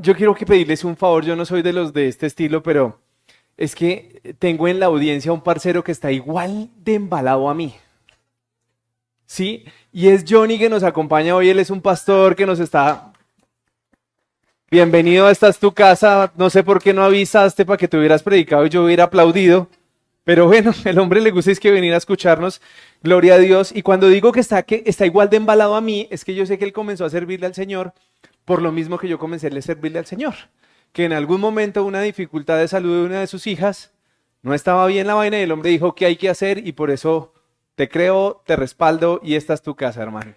yo quiero que pedirles un favor, yo no soy de los de este estilo, pero es que tengo en la audiencia un parcero que está igual de embalado a mí. ¿Sí? Y es Johnny que nos acompaña hoy, él es un pastor que nos está... Bienvenido, esta es tu casa, no sé por qué no avisaste para que te hubieras predicado y yo hubiera aplaudido, pero bueno, el hombre le gusta es que venir a escucharnos, gloria a Dios, y cuando digo que está igual de embalado a mí, es que yo sé que él comenzó a servirle al Señor por lo mismo que yo comencé a servirle al Señor, que en algún momento una dificultad de salud de una de sus hijas, no estaba bien la vaina y el hombre dijo qué hay que hacer y por eso te creo, te respaldo y esta es tu casa, hermano.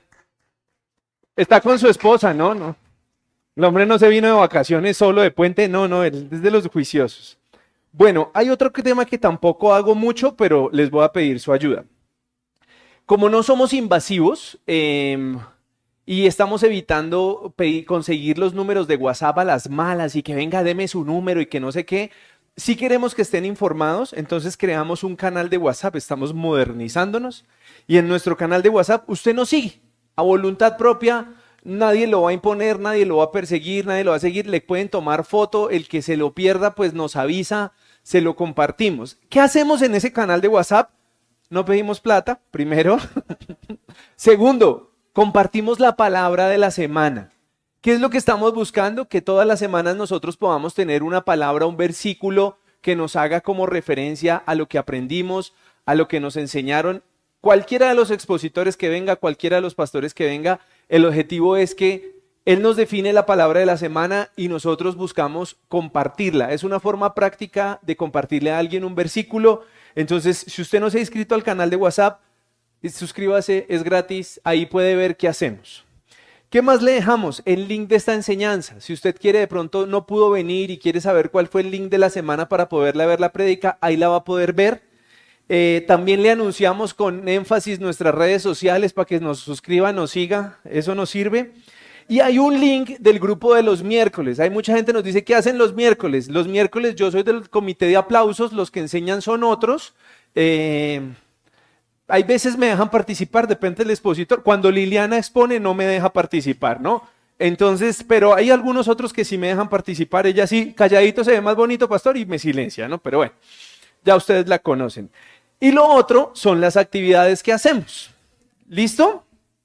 Está con su esposa, ¿no? No. El hombre no se vino de vacaciones solo de puente, no, él es de los juiciosos. Bueno, hay otro tema que tampoco hago mucho, pero les voy a pedir su ayuda. Como no somos invasivos y estamos evitando conseguir los números de WhatsApp a las malas y que venga, deme su número y que no sé qué, si queremos que estén informados, entonces creamos un canal de WhatsApp, estamos modernizándonos y en nuestro canal de WhatsApp usted nos sigue a voluntad propia. Nadie lo va a imponer, nadie lo va a perseguir, nadie lo va a seguir, le pueden tomar foto, el que se lo pierda pues nos avisa, se lo compartimos. ¿Qué hacemos en ese canal de WhatsApp? No pedimos plata, primero. Segundo, compartimos la palabra de la semana. ¿Qué es lo que estamos buscando? Que todas las semanas nosotros podamos tener una palabra, un versículo que nos haga como referencia a lo que aprendimos, a lo que nos enseñaron. Cualquiera de los expositores que venga, cualquiera de los pastores que venga, el objetivo es que Él nos define la palabra de la semana y nosotros buscamos compartirla. Es una forma práctica de compartirle a alguien un versículo. Entonces, si usted no se ha inscrito al canal de WhatsApp, suscríbase, es gratis, ahí puede ver qué hacemos. ¿Qué más le dejamos? El link de esta enseñanza. Si usted quiere, de pronto no pudo venir y quiere saber cuál fue el link de la semana para poderla ver la prédica, ahí la va a poder ver. También le anunciamos con énfasis nuestras redes sociales para que nos suscriba, nos siga, eso nos sirve. Y hay un link del grupo de los miércoles. Hay mucha gente que nos dice, ¿qué hacen los miércoles? Los miércoles yo soy del comité de aplausos, los que enseñan son otros. Hay veces me dejan participar, depende del expositor. Cuando Liliana expone no me deja participar, ¿no? Entonces, pero hay algunos otros que sí me dejan participar. Ella sí, calladito se ve más bonito, pastor, y me silencia, ¿no? Pero bueno, ya ustedes la conocen. Y lo otro son las actividades que hacemos. ¿Listo?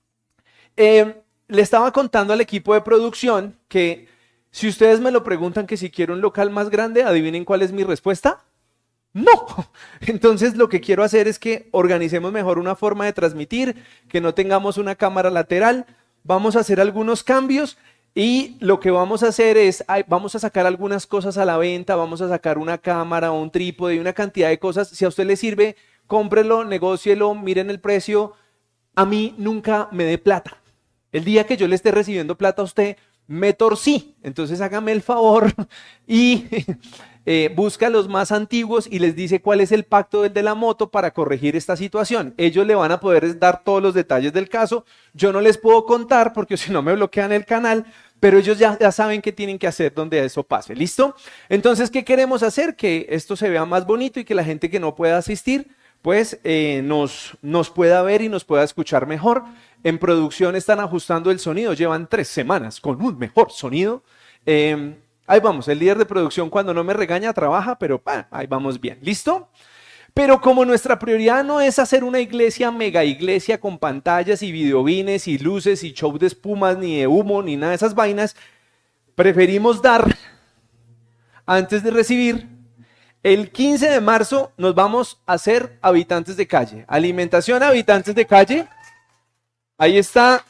Le estaba contando al equipo de producción que si ustedes me lo preguntan que si quiero un local más grande, adivinen cuál es mi respuesta. No. Entonces lo que quiero hacer es que organicemos mejor una forma de transmitir, que no tengamos una cámara lateral. Vamos a hacer algunos cambios y lo que vamos a hacer es, vamos a sacar algunas cosas a la venta, vamos a sacar una cámara, un trípode y una cantidad de cosas. Si a usted le sirve, cómprelo, negócielo, miren el precio. A mí nunca me dé plata. El día que yo le esté recibiendo plata a usted, me torcí. Entonces hágame el favor y busca a los más antiguos y les dice cuál es el pacto del de la moto para corregir esta situación. Ellos le van a poder dar todos los detalles del caso. Yo no les puedo contar porque si no me bloquean el canal, pero ellos ya saben qué tienen que hacer donde eso pase. ¿Listo? Entonces, ¿qué queremos hacer? Que esto se vea más bonito y que la gente que no pueda asistir, pues nos pueda ver y nos pueda escuchar mejor. En producción están ajustando el sonido, llevan 3 semanas con un mejor sonido. Ahí vamos, el líder de producción cuando no me regaña trabaja, pero ahí vamos bien. ¿Listo? Pero como nuestra prioridad no es hacer una iglesia, mega iglesia con pantallas y videobines y luces y show de espumas, ni de humo, ni nada de esas vainas, preferimos dar antes de recibir. El 15 de marzo nos vamos a hacer habitantes de calle. Alimentación habitantes de calle. Ahí está.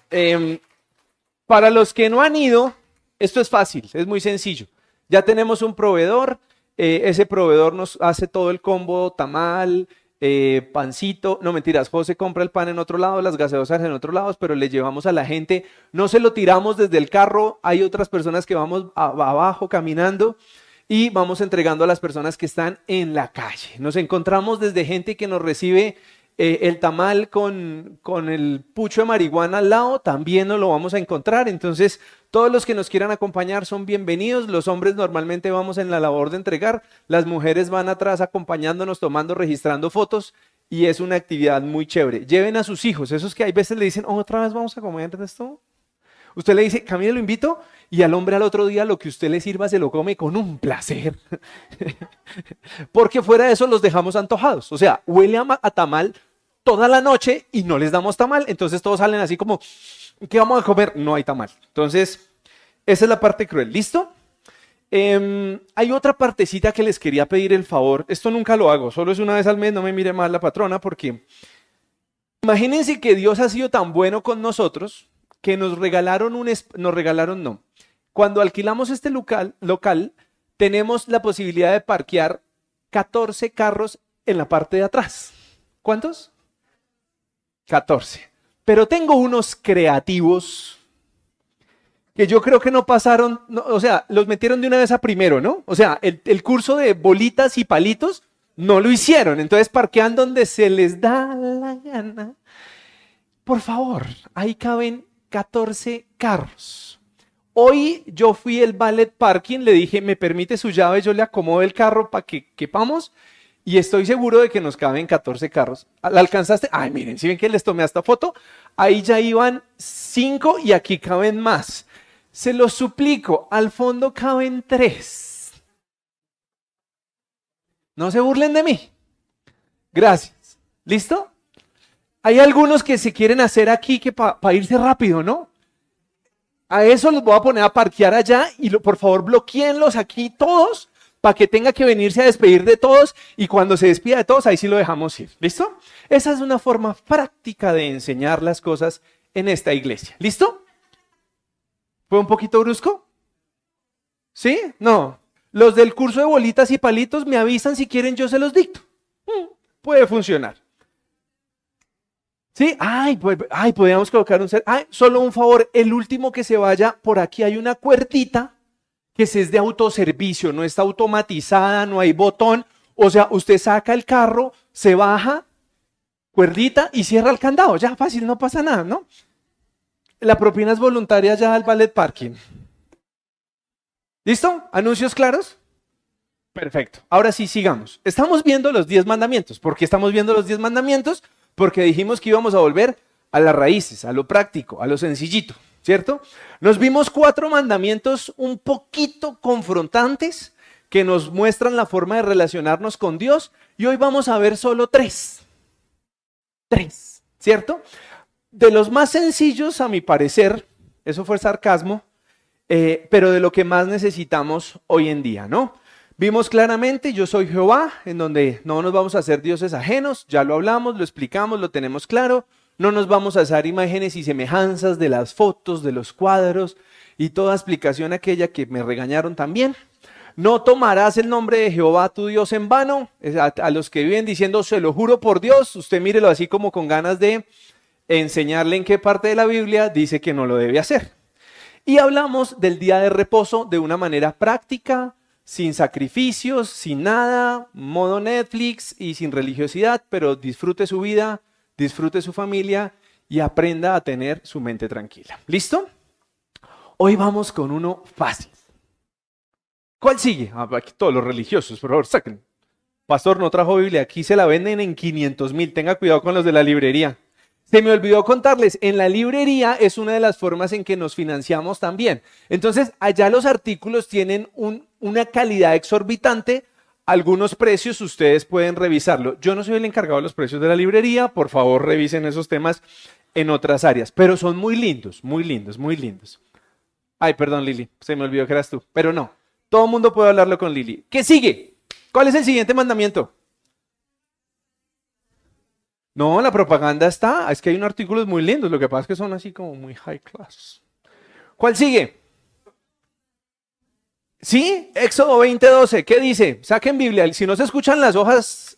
Para los que no han ido, esto es fácil, es muy sencillo. Ya tenemos un proveedor. Ese proveedor nos hace todo el combo, tamal, pancito. No mentiras, José compra el pan en otro lado, las gaseosas en otro lado, pero le llevamos a la gente. No se lo tiramos desde el carro. Hay otras personas que vamos abajo caminando. Y vamos entregando a las personas que están en la calle. Nos encontramos desde gente que nos recibe el tamal con el pucho de marihuana al lado, también nos lo vamos a encontrar. Entonces, todos los que nos quieran acompañar son bienvenidos. Los hombres normalmente vamos en la labor de entregar. Las mujeres van atrás acompañándonos, tomando, registrando fotos. Y es una actividad muy chévere. Lleven a sus hijos, esos que hay veces le dicen, ¿otra vez vamos a comer esto? Usted le dice, Camila, lo invito, y al hombre al otro día lo que usted le sirva se lo come con un placer. Porque fuera de eso los dejamos antojados. O sea, huele a tamal toda la noche y no les damos tamal. Entonces todos salen así como, ¿qué vamos a comer? No hay tamal. Entonces, esa es la parte cruel. ¿Listo? Hay otra partecita que les quería pedir el favor. Esto nunca lo hago, solo es una vez al mes, no me mire mal la patrona, porque imagínense que Dios ha sido tan bueno con nosotros que nos regalaron no. Cuando alquilamos este local, tenemos la posibilidad de parquear 14 carros en la parte de atrás. ¿Cuántos? 14. Pero tengo unos creativos que yo creo que no pasaron, o sea, los metieron de una vez a primero, ¿no? O sea, el curso de bolitas y palitos no lo hicieron, entonces parquean donde se les da la gana. Por favor, ahí caben 14 carros. Hoy yo fui el valet parking, le dije, ¿me permite su llave? Yo le acomodo el carro para que quepamos y estoy seguro de que nos caben 14 carros. ¿La alcanzaste? Ay, miren, si ven que les tomé hasta foto, ahí ya iban 5 y aquí caben más. Se los suplico, al fondo caben 3. No se burlen de mí. Gracias. ¿Listo? Hay algunos que se quieren hacer aquí que para irse rápido, ¿no? A eso los voy a poner a parquear allá y por favor bloqueenlos aquí todos para que tenga que venirse a despedir de todos y cuando se despida de todos ahí sí lo dejamos ir. ¿Listo? Esa es una forma práctica de enseñar las cosas en esta iglesia. ¿Listo? ¿Fue un poquito brusco? ¿Sí? No. Los del curso de bolitas y palitos me avisan si quieren, yo se los dicto. Puede funcionar. ¿Sí? Podríamos colocar solo un favor, el último que se vaya, por aquí hay una cuerdita que es de autoservicio, no está automatizada, no hay botón. O sea, usted saca el carro, se baja, cuerdita y cierra el candado. Ya, fácil, no pasa nada, ¿no? La propina es voluntaria ya al valet parking. ¿Listo? ¿Anuncios claros? Perfecto. Ahora sí, sigamos. Estamos viendo los 10 mandamientos. ¿Por qué estamos viendo los 10 mandamientos? Porque dijimos que íbamos a volver a las raíces, a lo práctico, a lo sencillito, ¿cierto? Nos vimos 4 mandamientos un poquito confrontantes que nos muestran la forma de relacionarnos con Dios y hoy vamos a ver solo 3. 3, ¿cierto? De los más sencillos, a mi parecer, eso fue sarcasmo, pero de lo que más necesitamos hoy en día, ¿no? Vimos claramente, yo soy Jehová, en donde no nos vamos a hacer dioses ajenos, ya lo hablamos, lo explicamos, lo tenemos claro, no nos vamos a hacer imágenes y semejanzas de las fotos, de los cuadros y toda explicación aquella que me regañaron también. No tomarás el nombre de Jehová tu Dios en vano, a los que viven diciendo, se lo juro por Dios, usted mírelo así como con ganas de enseñarle en qué parte de la Biblia dice que no lo debe hacer. Y hablamos del día de reposo de una manera práctica, sin sacrificios, sin nada, modo Netflix y sin religiosidad, pero disfrute su vida, disfrute su familia y aprenda a tener su mente tranquila. ¿Listo? Hoy vamos con uno fácil. ¿Cuál sigue? Aquí todos los religiosos, por favor, saquen. Pastor, no trajo Biblia, aquí se la venden en 500,000, tenga cuidado con los de la librería. Se me olvidó contarles, en la librería es una de las formas en que nos financiamos también. Entonces, allá los artículos tienen una calidad exorbitante, algunos precios ustedes pueden revisarlo. Yo no soy el encargado de los precios de la librería, por favor revisen esos temas en otras áreas, pero son muy lindos, muy lindos, muy lindos. Ay, perdón Lili, se me olvidó que eras tú, pero no, todo el mundo puede hablarlo con Lili. ¿Qué sigue? ¿Cuál es el siguiente mandamiento? No, la propaganda está, es que hay unos artículos muy lindos, lo que pasa es que son así como muy high class. ¿Cuál sigue? ¿Sí? Éxodo 20:12, ¿qué dice? Saquen Biblia, si no se escuchan las hojas.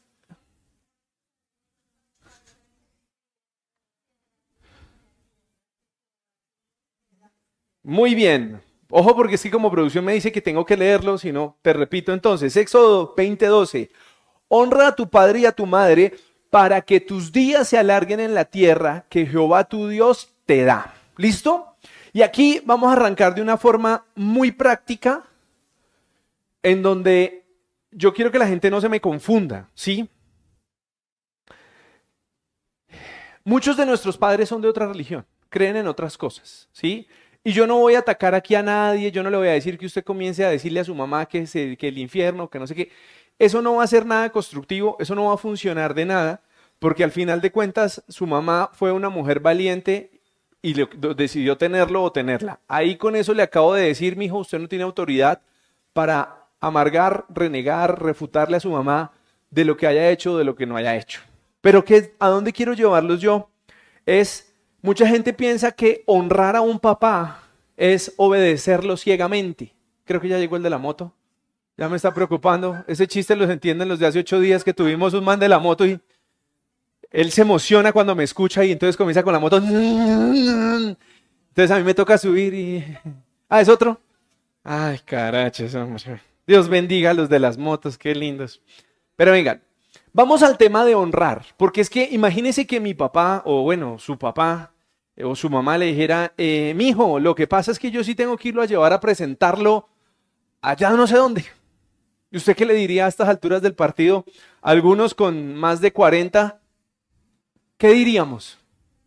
Muy bien, ojo porque es que como producción me dice que tengo que leerlo, si no, te repito entonces, Éxodo 20:12, honra a tu padre y a tu madre, para que tus días se alarguen en la tierra que Jehová tu Dios te da. ¿Listo? Y aquí vamos a arrancar de una forma muy práctica, en donde yo quiero que la gente no se me confunda, ¿sí? Muchos de nuestros padres son de otra religión, creen en otras cosas, ¿sí? Y yo no voy a atacar aquí a nadie, yo no le voy a decir que usted comience a decirle a su mamá que el infierno, que no sé qué. Eso no va a ser nada constructivo, eso no va a funcionar de nada, porque al final de cuentas su mamá fue una mujer valiente y decidió tenerlo o tenerla. Ahí con eso le acabo de decir, mijo, usted no tiene autoridad para amargar, renegar, refutarle a su mamá de lo que haya hecho o de lo que no haya hecho. Pero ¿a dónde quiero llevarlos yo? Mucha gente piensa que honrar a un papá es obedecerlo ciegamente. Creo que ya llegó el de la moto. Ya me está preocupando. Ese chiste los entienden los de hace 8 días que tuvimos un man de la moto y él se emociona cuando me escucha y entonces comienza con la moto. Entonces a mí me toca subir y... Ah, ¿es otro? Ay, carachos. Dios bendiga a los de las motos, qué lindos. Pero vengan, vamos al tema de honrar. Porque es que imagínense que mi papá, o bueno, su papá o su mamá le dijera, mijo, lo que pasa es que yo sí tengo que irlo a llevar a presentarlo allá no sé dónde. ¿Y usted qué le diría a estas alturas del partido? Algunos con más de 40, ¿qué diríamos?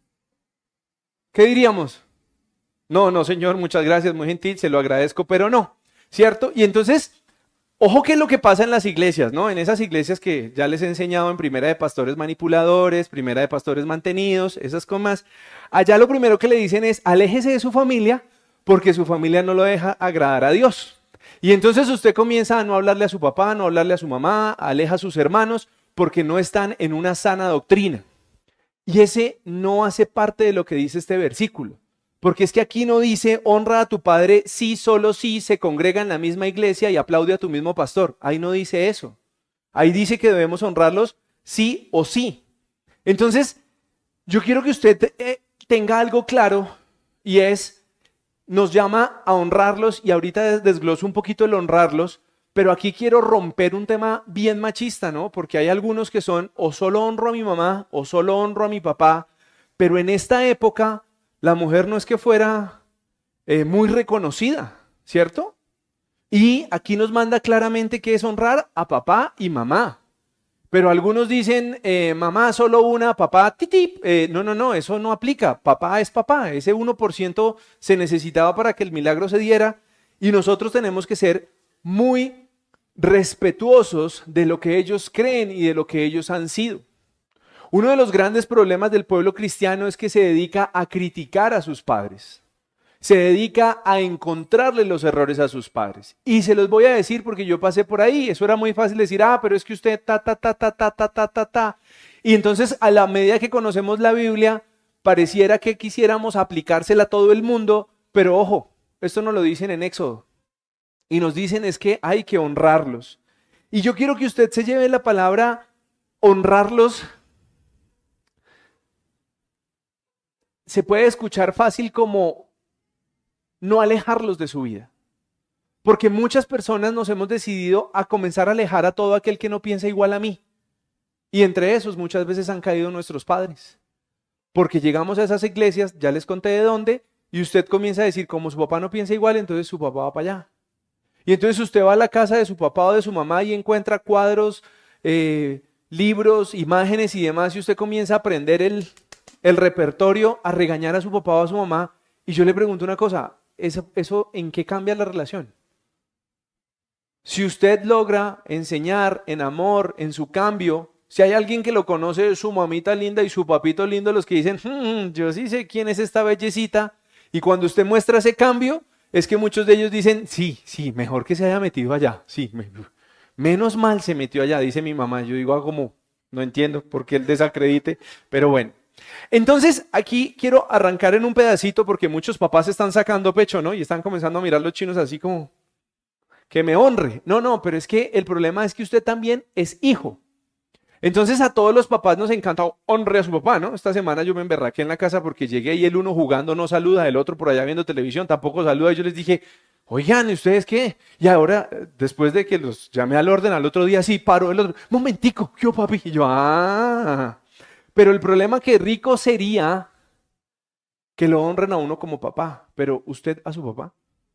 ¿Qué diríamos? No, no, señor, muchas gracias, muy gentil, se lo agradezco, pero no, ¿cierto? Y entonces, ojo qué es lo que pasa en las iglesias, ¿no? En esas iglesias que ya les he enseñado en Primera de Pastores Manipuladores, Primera de Pastores Mantenidos, esas comas, allá lo primero que le dicen es, aléjese de su familia, porque su familia no lo deja agradar a Dios. Y entonces usted comienza a no hablarle a su papá, no hablarle a su mamá, aleja a sus hermanos, porque no están en una sana doctrina. Y ese no hace parte de lo que dice este versículo. Porque es que aquí no dice, honra a tu padre si solo si se congrega en la misma iglesia y aplaude a tu mismo pastor. Ahí no dice eso. Ahí dice que debemos honrarlos sí o sí. Entonces, yo quiero que usted tenga algo claro y nos llama a honrarlos y ahorita desgloso un poquito el honrarlos, pero aquí quiero romper un tema bien machista, ¿no? Porque hay algunos que son o solo honro a mi mamá o solo honro a mi papá, pero en esta época la mujer no es que fuera muy reconocida, ¿cierto? Y aquí nos manda claramente que es honrar a papá y mamá. Pero algunos dicen, mamá solo una, papá titip. No, eso no aplica. Papá es papá. Ese 1% se necesitaba para que el milagro se diera y nosotros tenemos que ser muy respetuosos de lo que ellos creen y de lo que ellos han sido. Uno de los grandes problemas del pueblo cristiano es que se dedica a criticar a sus padres. Se dedica a encontrarle los errores a sus padres. Y se los voy a decir porque yo pasé por ahí. Eso era muy fácil decir, pero es que usted ta. Y entonces a la medida que conocemos la Biblia, pareciera que quisiéramos aplicársela a todo el mundo, pero ojo, esto nos lo dicen en Éxodo. Y nos dicen es que hay que honrarlos. Y yo quiero que usted se lleve la palabra honrarlos. Se puede escuchar fácil como no alejarlos de su vida. Porque muchas personas nos hemos decidido a comenzar a alejar a todo aquel que no piensa igual a mí. Y entre esos muchas veces han caído nuestros padres. Porque llegamos a esas iglesias, ya les conté de dónde, y usted comienza a decir, como su papá no piensa igual, entonces su papá va para allá. Y entonces usted va a la casa de su papá o de su mamá y encuentra cuadros, libros, imágenes y demás, y usted comienza a aprender el repertorio, a regañar a su papá o a su mamá. Y yo le pregunto una cosa, ¿eso en qué cambia la relación? Si usted logra enseñar en amor, en su cambio, si hay alguien que lo conoce, su mamita linda y su papito lindo, los que dicen, yo sí sé quién es esta bellecita, y cuando usted muestra ese cambio, es que muchos de ellos dicen, sí, mejor que se haya metido allá, sí, menos mal se metió allá, dice mi mamá. Yo digo, como, no entiendo por qué el desacredite, pero bueno. Entonces, aquí quiero arrancar en un pedacito porque muchos papás están sacando pecho, ¿no? Y están comenzando a mirar a los chinos así como, que me honre. No, pero es que el problema es que usted también es hijo. Entonces a todos los papás nos encanta honre a su papá, ¿no? Esta semana yo me emberraqué en la casa porque llegué y el uno jugando no saluda, el otro por allá viendo televisión tampoco saluda. Y yo les dije, oigan, ¿y ustedes qué? Y ahora, después de que los llamé al orden, al otro día sí paró el otro, momentico, yo papi. Y yo, pero el problema que rico sería que lo honren a uno como papá, pero usted a su papá.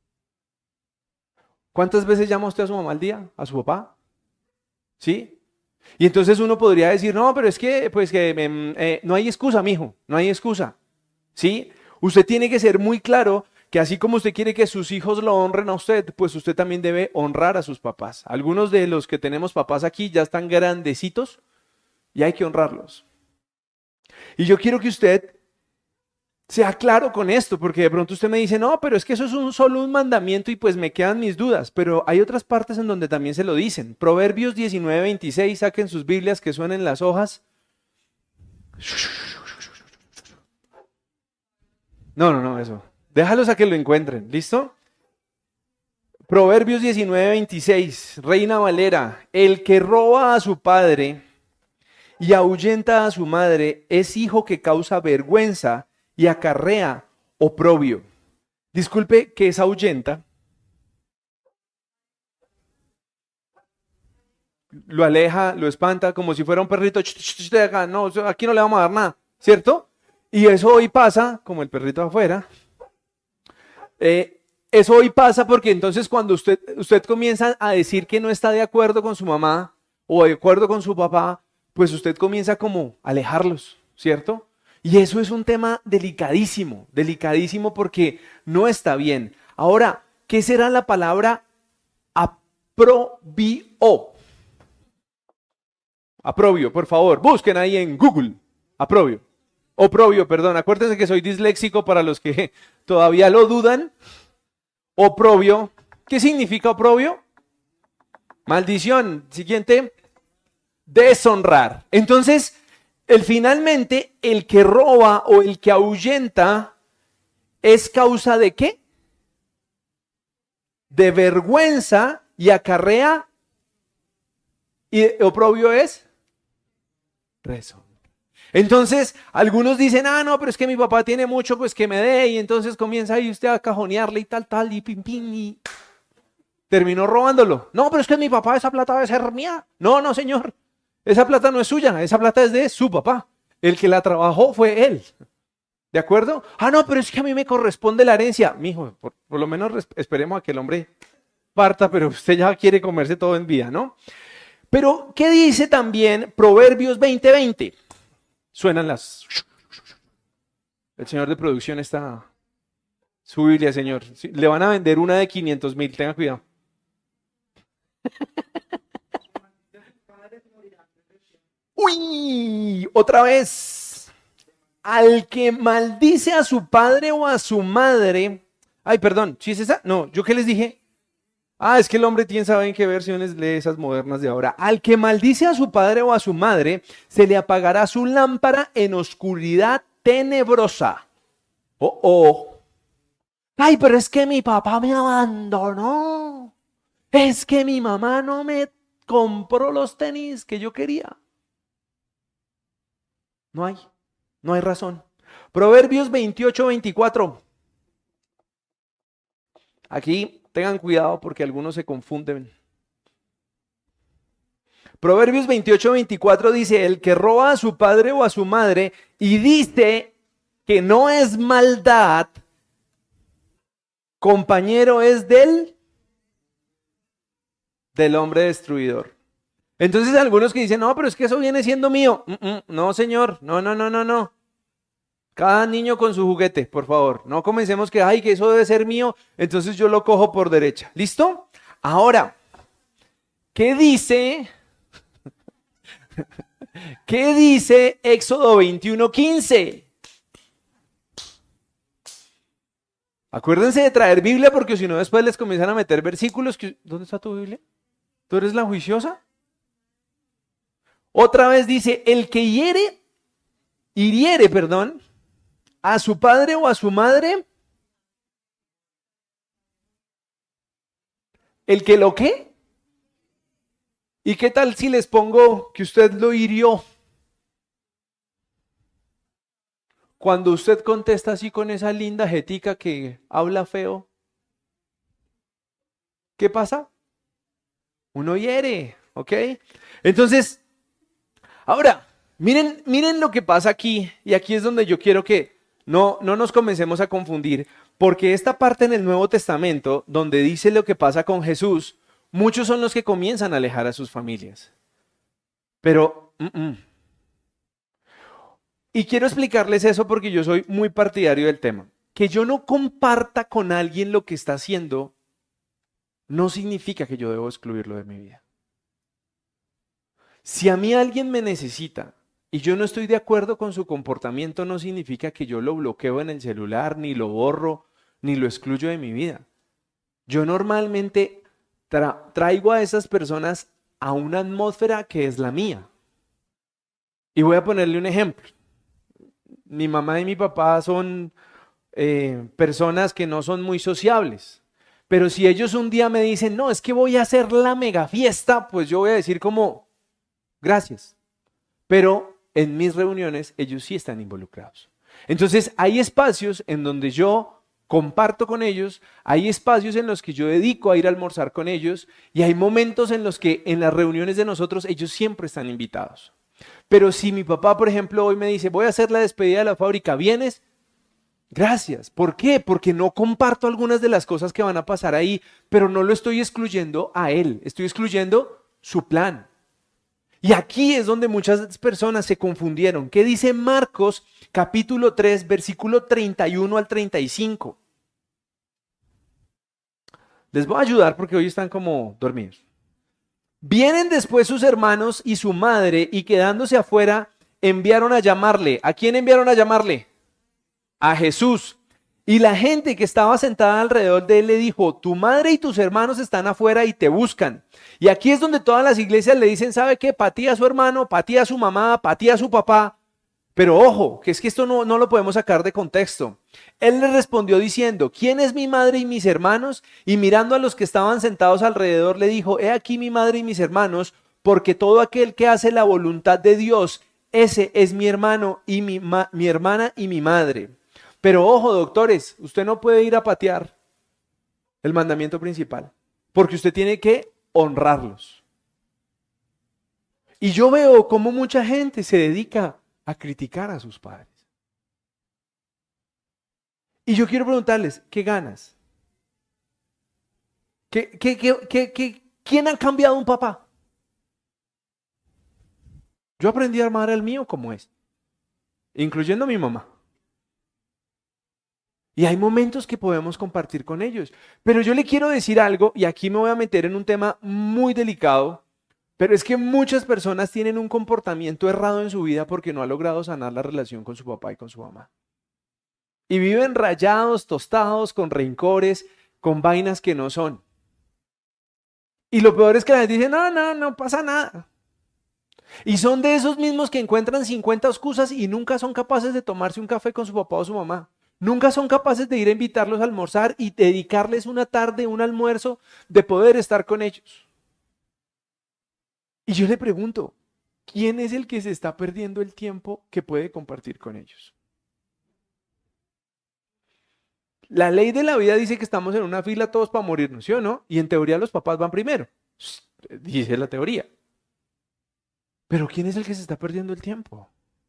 ¿Cuántas veces llama usted a su mamá al día? ¿A su papá? ¿Sí? Y entonces uno podría decir, no, pero es que, pues que no hay excusa, mijo, no hay excusa. ¿Sí? Usted tiene que ser muy claro que así como usted quiere que sus hijos lo honren a usted, pues usted también debe honrar a sus papás. Algunos de los que tenemos papás aquí ya están grandecitos y hay que honrarlos. Y yo quiero que usted sea claro con esto, porque de pronto usted me dice, no, pero es que eso es solo un mandamiento y pues me quedan mis dudas, pero hay otras partes en donde también se lo dicen. Proverbios 19:26, saquen sus Biblias que suenen las hojas. No, eso. Déjalos a que lo encuentren, ¿listo? Proverbios 19:26, Reina Valera, el que roba a su padre y ahuyenta a su madre es hijo que causa vergüenza y acarrea oprobio. Disculpe, ¿qué es ahuyenta? Lo aleja, lo espanta, como si fuera un perrito. No, aquí no le vamos a dar nada, ¿cierto? Y eso hoy pasa, como el perrito afuera. Eso hoy pasa porque entonces cuando usted comienza a decir que no está de acuerdo con su mamá o de acuerdo con su papá, pues usted comienza como a alejarlos, ¿cierto? Y eso es un tema delicadísimo, delicadísimo porque no está bien. Ahora, ¿qué será la palabra aprobio? Aprobio, por favor, busquen ahí en Google, aprobio. Oprobio, perdón, acuérdense que soy disléxico para los que todavía lo dudan. Oprobio, ¿qué significa oprobio? Maldición. Siguiente, deshonrar. Entonces, finalmente, el que roba o el que ahuyenta es causa de ¿qué? De vergüenza y acarrea. Y oprobio es deshonra. Entonces, algunos dicen, no, pero es que mi papá tiene mucho, pues que me dé, y entonces comienza ahí usted a cajonearle y tal, y pim, pim, y terminó robándolo. No, pero es que mi papá, esa plata debe ser mía. No, señor, esa plata no es suya, esa plata es de su papá. El que la trabajó fue él. ¿De acuerdo? No, pero es que a mí me corresponde la herencia. Mijo, por lo menos esperemos a que el hombre parta, pero usted ya quiere comerse todo en vida, ¿no? Pero, ¿qué dice también Proverbios 20:20? Suenan las... El señor de producción está... Su Biblia, señor. Le van a vender una de 500,000, tenga cuidado. ¡Uy! Otra vez. Al que maldice a su padre o a su madre... Ay, perdón, ¿sí es esa? No, ¿yo qué les dije? Es que el hombre tiene, sabe en qué versiones lee esas modernas de ahora. Al que maldice a su padre o a su madre, se le apagará su lámpara en oscuridad tenebrosa. Ay, pero es que mi papá me abandonó. Es que mi mamá no me compró los tenis que yo quería. No hay razón. Proverbios 28:24. Aquí tengan cuidado porque algunos se confunden. Proverbios 28:24 dice, el que roba a su padre o a su madre y dice que no es maldad, compañero es del hombre destruidor. Entonces algunos que dicen, no, pero es que eso viene siendo mío. No, señor, no. Cada niño con su juguete, por favor. No comencemos que eso debe ser mío, entonces yo lo cojo por derecha. ¿Listo? Ahora, ¿qué dice? ¿Qué dice Éxodo 21:15? Acuérdense de traer Biblia porque si no después les comienzan a meter versículos. ¿Dónde está tu Biblia? ¿Tú eres la juiciosa? Otra vez dice, el que hiriere, a su padre o a su madre, ¿el que lo qué? ¿Y qué tal si les pongo que usted lo hirió? Cuando usted contesta así con esa linda jetica que habla feo, ¿qué pasa? Uno hiere, ¿ok? Entonces, ahora, miren lo que pasa aquí, y aquí es donde yo quiero que no nos comencemos a confundir, porque esta parte en el Nuevo Testamento, donde dice lo que pasa con Jesús, muchos son los que comienzan a alejar a sus familias. Pero, Y quiero explicarles eso porque yo soy muy partidario del tema. que yo no comparta con alguien lo que está haciendo no significa que yo debo excluirlo de mi vida. Si a mí alguien me necesita y yo no estoy de acuerdo con su comportamiento, no significa que yo lo bloqueo en el celular, ni lo borro, ni lo excluyo de mi vida. Yo normalmente traigo a esas personas a una atmósfera que es la mía. Y voy a ponerle un ejemplo. Mi mamá y mi papá son personas que no son muy sociables. Pero si ellos un día me dicen, no, es que voy a hacer la mega fiesta, pues yo voy a decir como, gracias. Pero en mis reuniones ellos sí están involucrados. Entonces hay espacios en donde yo comparto con ellos, hay espacios en los que yo dedico a ir a almorzar con ellos y hay momentos en los que en las reuniones de nosotros ellos siempre están invitados. Pero si mi papá, por ejemplo, hoy me dice, voy a hacer la despedida de la fábrica, ¿vienes? Gracias. ¿Por qué? Porque no comparto algunas de las cosas que van a pasar ahí, pero no lo estoy excluyendo a él, estoy excluyendo su plan. Y aquí es donde muchas personas se confundieron. ¿Qué dice Marcos capítulo 3, versículo 31 al 35? Les voy a ayudar porque hoy están como dormidos. Vienen después sus hermanos y su madre y quedándose afuera enviaron a llamarle. ¿A quién enviaron a llamarle? A Jesús. Y la gente que estaba sentada alrededor de él le dijo, tu madre y tus hermanos están afuera y te buscan. Y aquí es donde todas las iglesias le dicen, ¿sabe qué? Patía a su hermano, patía a su mamá, patía a su papá. Pero ojo, que es que esto no lo podemos sacar de contexto. Él le respondió diciendo, ¿quién es mi madre y mis hermanos? Y mirando a los que estaban sentados alrededor le dijo, he aquí mi madre y mis hermanos, porque todo aquel que hace la voluntad de Dios, ese es mi hermano y mi hermana y mi madre. Pero ojo, doctores, usted no puede ir a patear el mandamiento principal, porque usted tiene que honrarlos. Y yo veo cómo mucha gente se dedica a criticar a sus padres. Y yo quiero preguntarles, ¿qué ganas? ¿Quién ha cambiado un papá? Yo aprendí a amar al mío como es, incluyendo a mi mamá. Y hay momentos que podemos compartir con ellos. Pero yo le quiero decir algo, y aquí me voy a meter en un tema muy delicado, pero es que muchas personas tienen un comportamiento errado en su vida porque no ha logrado sanar la relación con su papá y con su mamá. Y viven rayados, tostados, con rencores, con vainas que no son. Y lo peor es que la gente dice, no pasa nada. Y son de esos mismos que encuentran 50 excusas y nunca son capaces de tomarse un café con su papá o su mamá. Nunca son capaces de ir a invitarlos a almorzar y dedicarles una tarde, un almuerzo, de poder estar con ellos. Y yo le pregunto, ¿quién es el que se está perdiendo el tiempo que puede compartir con ellos? La ley de la vida dice que estamos en una fila todos para morirnos, ¿sí o no? Y en teoría los papás van primero, dice la teoría. Pero ¿quién es el que se está perdiendo el tiempo?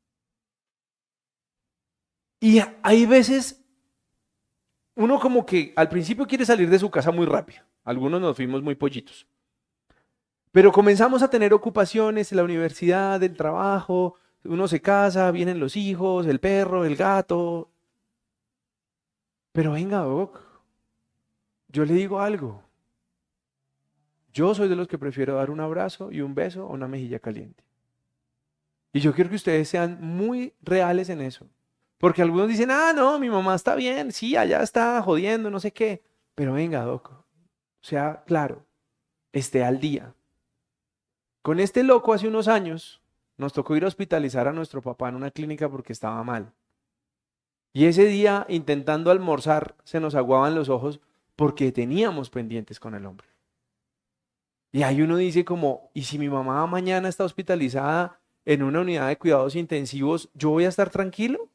Y hay veces, uno como que al principio quiere salir de su casa muy rápido. Algunos nos fuimos muy pollitos. Pero comenzamos a tener ocupaciones en la universidad, el trabajo, uno se casa, vienen los hijos, el perro, el gato. Pero venga, Doc, yo le digo algo. Yo soy de los que prefiero dar un abrazo y un beso o una mejilla caliente. Y yo quiero que ustedes sean muy reales en eso. Porque algunos dicen, no, mi mamá está bien, sí, allá está jodiendo, no sé qué. Pero venga, Doc, sea claro, esté al día. Con este loco hace unos años nos tocó ir a hospitalizar a nuestro papá en una clínica porque estaba mal. Y ese día, intentando almorzar, se nos aguaban los ojos porque teníamos pendientes con el hombre. Y ahí uno dice como, ¿y si mi mamá mañana está hospitalizada en una unidad de cuidados intensivos, yo voy a estar tranquilo?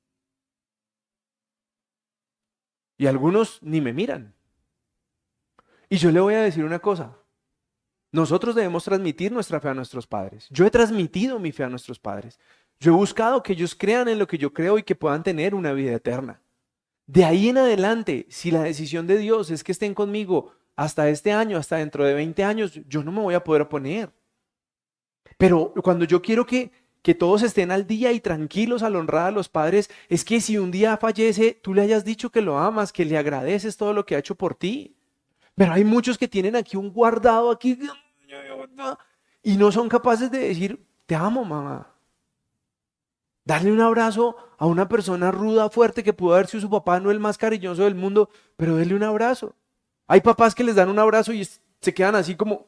Y algunos ni me miran. Y yo le voy a decir una cosa. Nosotros debemos transmitir nuestra fe a nuestros padres. Yo he transmitido mi fe a nuestros padres. Yo he buscado que ellos crean en lo que yo creo y que puedan tener una vida eterna. De ahí en adelante, si la decisión de Dios es que estén conmigo hasta este año, hasta dentro de 20 años, yo no me voy a poder oponer. Pero cuando yo quiero que que todos estén al día y tranquilos al honrar a los padres, es que si un día fallece, tú le hayas dicho que lo amas, que le agradeces todo lo que ha hecho por ti. Pero hay muchos que tienen aquí un guardado aquí y no son capaces de decir, te amo, mamá. Darle un abrazo a una persona ruda, fuerte, que pudo haber sido su papá, no el más cariñoso del mundo, pero denle un abrazo. Hay papás que les dan un abrazo y se quedan así como,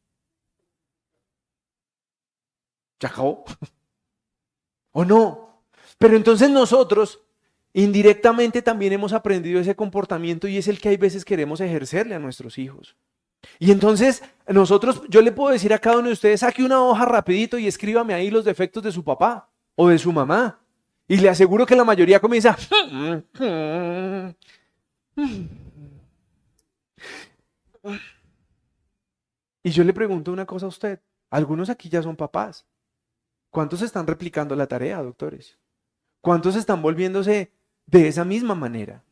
¿ya acabó? ¿O no? Pero entonces nosotros indirectamente también hemos aprendido ese comportamiento y es el que hay veces queremos ejercerle a nuestros hijos. Y entonces nosotros, yo le puedo decir a cada uno de ustedes, saque una hoja rapidito y escríbame ahí los defectos de su papá o de su mamá. Y le aseguro que la mayoría comienza. Y yo le pregunto una cosa a usted. Algunos aquí ya son papás. ¿Cuántos están replicando la tarea, doctores? ¿Cuántos están volviéndose de esa misma manera?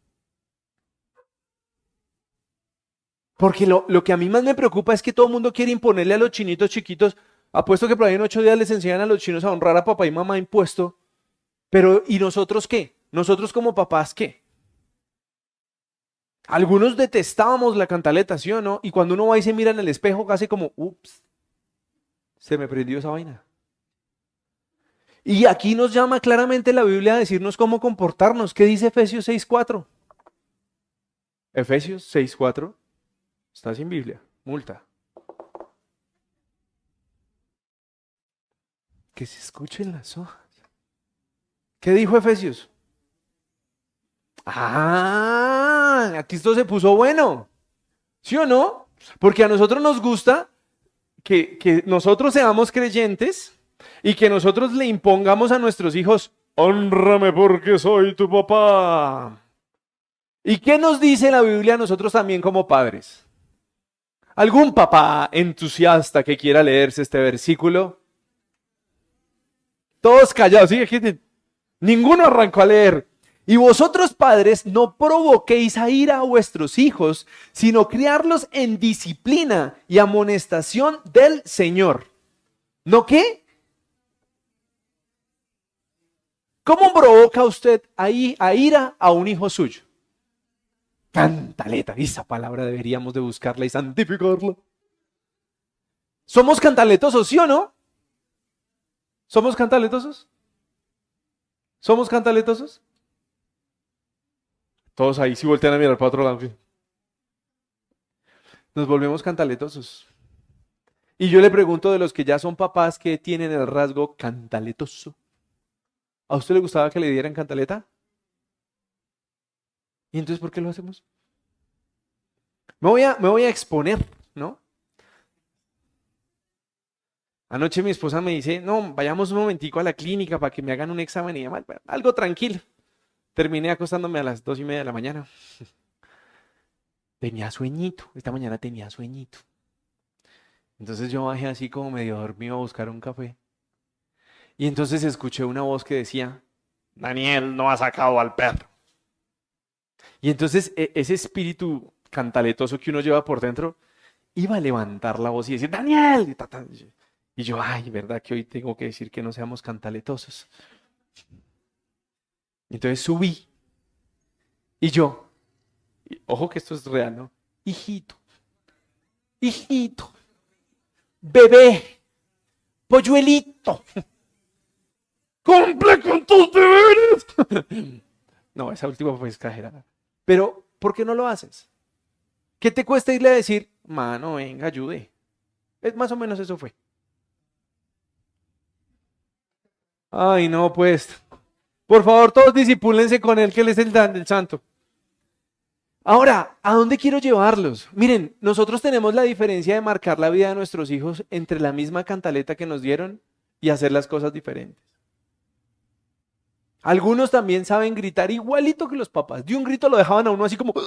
Porque lo que a mí más me preocupa es que todo el mundo quiere imponerle a los chinitos chiquitos. Apuesto que por ahí en 8 días les enseñan a los chinos a honrar a papá y mamá impuesto. Pero ¿y nosotros qué? ¿Nosotros como papás qué? Algunos detestábamos la cantaleta, ¿sí o no? Y cuando uno va y se mira en el espejo, casi como, ups, se me prendió esa vaina. Y aquí nos llama claramente la Biblia a decirnos cómo comportarnos. ¿Qué dice Efesios 6:4? Efesios 6:4. Está sin Biblia. Multa. Que se escuchen las hojas. ¿Qué dijo Efesios? Ah, aquí esto se puso bueno. ¿Sí o no? Porque a nosotros nos gusta que nosotros seamos creyentes y que nosotros le impongamos a nuestros hijos, hónrame porque soy tu papá. ¿Y qué nos dice la Biblia a nosotros también como padres? ¿Algún papá entusiasta que quiera leerse este versículo? Todos callados, ¿sí? Ninguno arrancó a leer. Y vosotros padres no provoquéis a ira a vuestros hijos, sino criarlos en disciplina y amonestación del Señor. ¿No qué? ¿Cómo provoca usted ahí a ira a un hijo suyo? Cantaleta, esa palabra deberíamos de buscarla y santificarla. ¿Somos cantaletosos, sí o no? ¿Somos cantaletosos? ¿Somos cantaletosos? Todos ahí sí voltean a mirar para otro lado. Nos volvemos cantaletosos. Y yo le pregunto de los que ya son papás que tienen el rasgo cantaletoso. ¿A usted le gustaba que le dieran cantaleta? ¿Y entonces por qué lo hacemos? Me voy a exponer, ¿no? Anoche mi esposa me dice, no, vayamos un momentico a la clínica para que me hagan un examen y demás. Bueno, algo tranquilo. Terminé acostándome a las 2:30 de la mañana. Tenía sueñito, esta mañana tenía sueñito. Entonces yo bajé así como medio dormido a buscar un café. Y entonces escuché una voz que decía, Daniel no ha sacado al perro. Y entonces ese espíritu cantaletoso que uno lleva por dentro iba a levantar la voz y decir, Daniel. Y yo, ay, ¿verdad que hoy tengo que decir que no seamos cantaletosos? Entonces subí y yo, ojo que esto es real, ¿no? Hijito, hijito, bebé, polluelito, cumple con tus deberes. No, esa última fue exagerada. Pero, ¿por qué no lo haces? ¿Qué te cuesta irle a decir, mano, venga, ayude? Es más o menos eso fue. Ay, no, pues. Por favor, todos disipúlense con él, que él es el santo. Ahora, ¿a dónde quiero llevarlos? Miren, nosotros tenemos la diferencia de marcar la vida de nuestros hijos entre la misma cantaleta que nos dieron y hacer las cosas diferentes. Algunos también saben gritar igualito que los papás. De un grito lo dejaban a uno así como...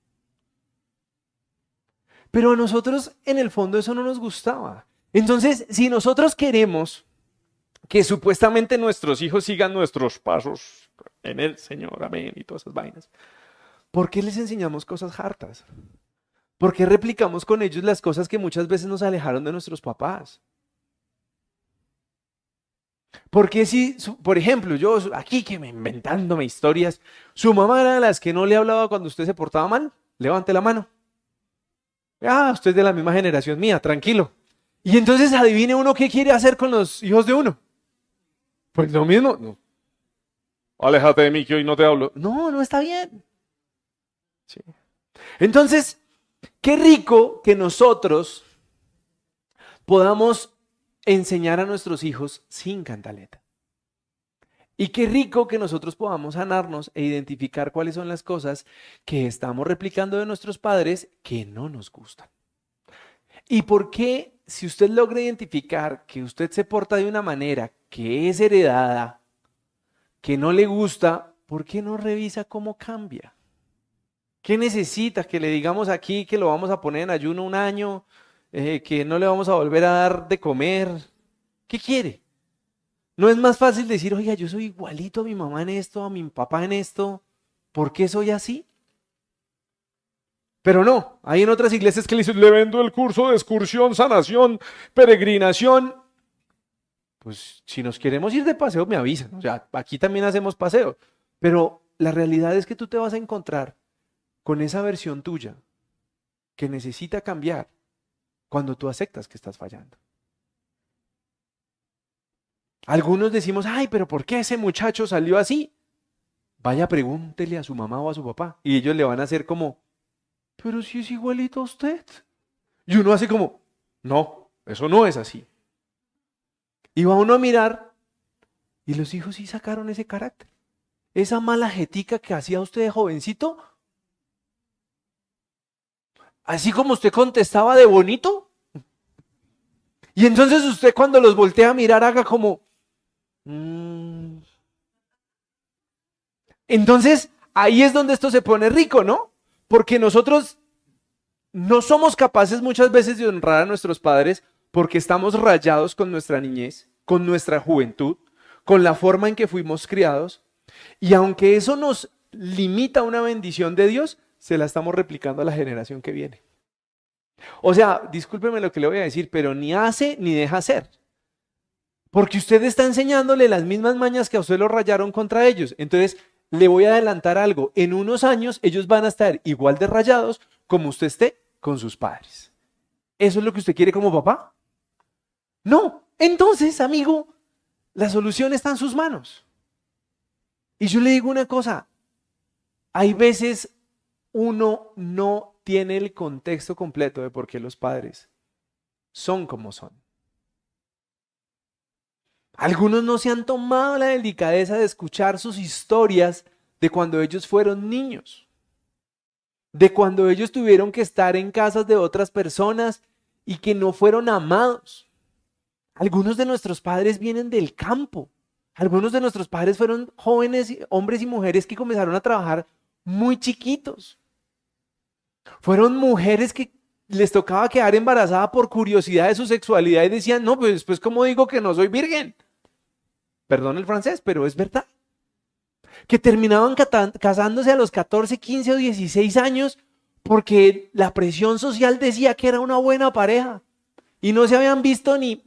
Pero a nosotros, en el fondo, eso no nos gustaba. Entonces, si nosotros queremos que supuestamente nuestros hijos sigan nuestros pasos en el Señor, amén, y todas esas vainas, ¿por qué les enseñamos cosas hartas? ¿Por qué replicamos con ellos las cosas que muchas veces nos alejaron de nuestros papás? Porque si, por ejemplo, yo aquí que me inventándome historias, su mamá era de las que no le hablaba cuando usted se portaba mal, levante la mano. Ah, usted es de la misma generación mía, tranquilo. Y entonces adivine uno qué quiere hacer con los hijos de uno. Pues lo mismo. No. Aléjate de mí que hoy no te hablo. No, no está bien. Sí. Entonces, qué rico que nosotros podamos enseñar a nuestros hijos sin cantaleta. Y qué rico que nosotros podamos sanarnos e identificar cuáles son las cosas que estamos replicando de nuestros padres que no nos gustan. ¿Y por qué, si usted logra identificar que usted se porta de una manera que es heredada, que no le gusta, por qué no revisa cómo cambia? ¿Qué necesita? Que le digamos aquí que lo vamos a poner en ayuno un año, que no le vamos a volver a dar de comer. ¿Qué quiere? ¿No es más fácil decir, oiga, yo soy igualito a mi mamá en esto, a mi papá en esto? ¿Por qué soy así? Pero no, hay en otras iglesias que le dicen, le vendo el curso de excursión, sanación, peregrinación. Pues si nos queremos ir de paseo, me avisan. O sea, aquí también hacemos paseo. Pero la realidad es que tú te vas a encontrar con esa versión tuya que necesita cambiar cuando tú aceptas que estás fallando. Algunos decimos, ay, pero ¿por qué ese muchacho salió así? Vaya, pregúntele a su mamá o a su papá. Y ellos le van a hacer como, pero si es igualito a usted. Y uno hace como, no, eso no es así. Y va uno a mirar y los hijos sí sacaron ese carácter. Esa mala jetica que hacía usted de jovencito, así como usted contestaba de bonito. Y entonces usted cuando los voltea a mirar haga como... Entonces ahí es donde esto se pone rico, ¿no? Porque nosotros no somos capaces muchas veces de honrar a nuestros padres porque estamos rayados con nuestra niñez, con nuestra juventud, con la forma en que fuimos criados. Y aunque eso nos limita una bendición de Dios, se la estamos replicando a la generación que viene. O sea, discúlpeme lo que le voy a decir, pero ni hace ni deja hacer. Porque usted está enseñándole las mismas mañas que a usted lo rayaron contra ellos. Entonces, le voy a adelantar algo. En unos años, ellos van a estar igual de rayados como usted esté con sus padres. ¿Eso es lo que usted quiere como papá? No. Entonces, amigo, la solución está en sus manos. Y yo le digo una cosa. Hay veces uno no tiene el contexto completo de por qué los padres son como son. Algunos no se han tomado la delicadeza de escuchar sus historias de cuando ellos fueron niños, de cuando ellos tuvieron que estar en casas de otras personas y que no fueron amados. Algunos de nuestros padres vienen del campo. Algunos de nuestros padres fueron jóvenes, hombres y mujeres que comenzaron a trabajar muy chiquitos. Fueron mujeres que les tocaba quedar embarazada por curiosidad de su sexualidad y decían, no, pues después, ¿cómo digo que no soy virgen? Perdón el francés, pero es verdad. Que terminaban casándose a los 14, 15 o 16 años porque la presión social decía que era una buena pareja y no se habían visto ni...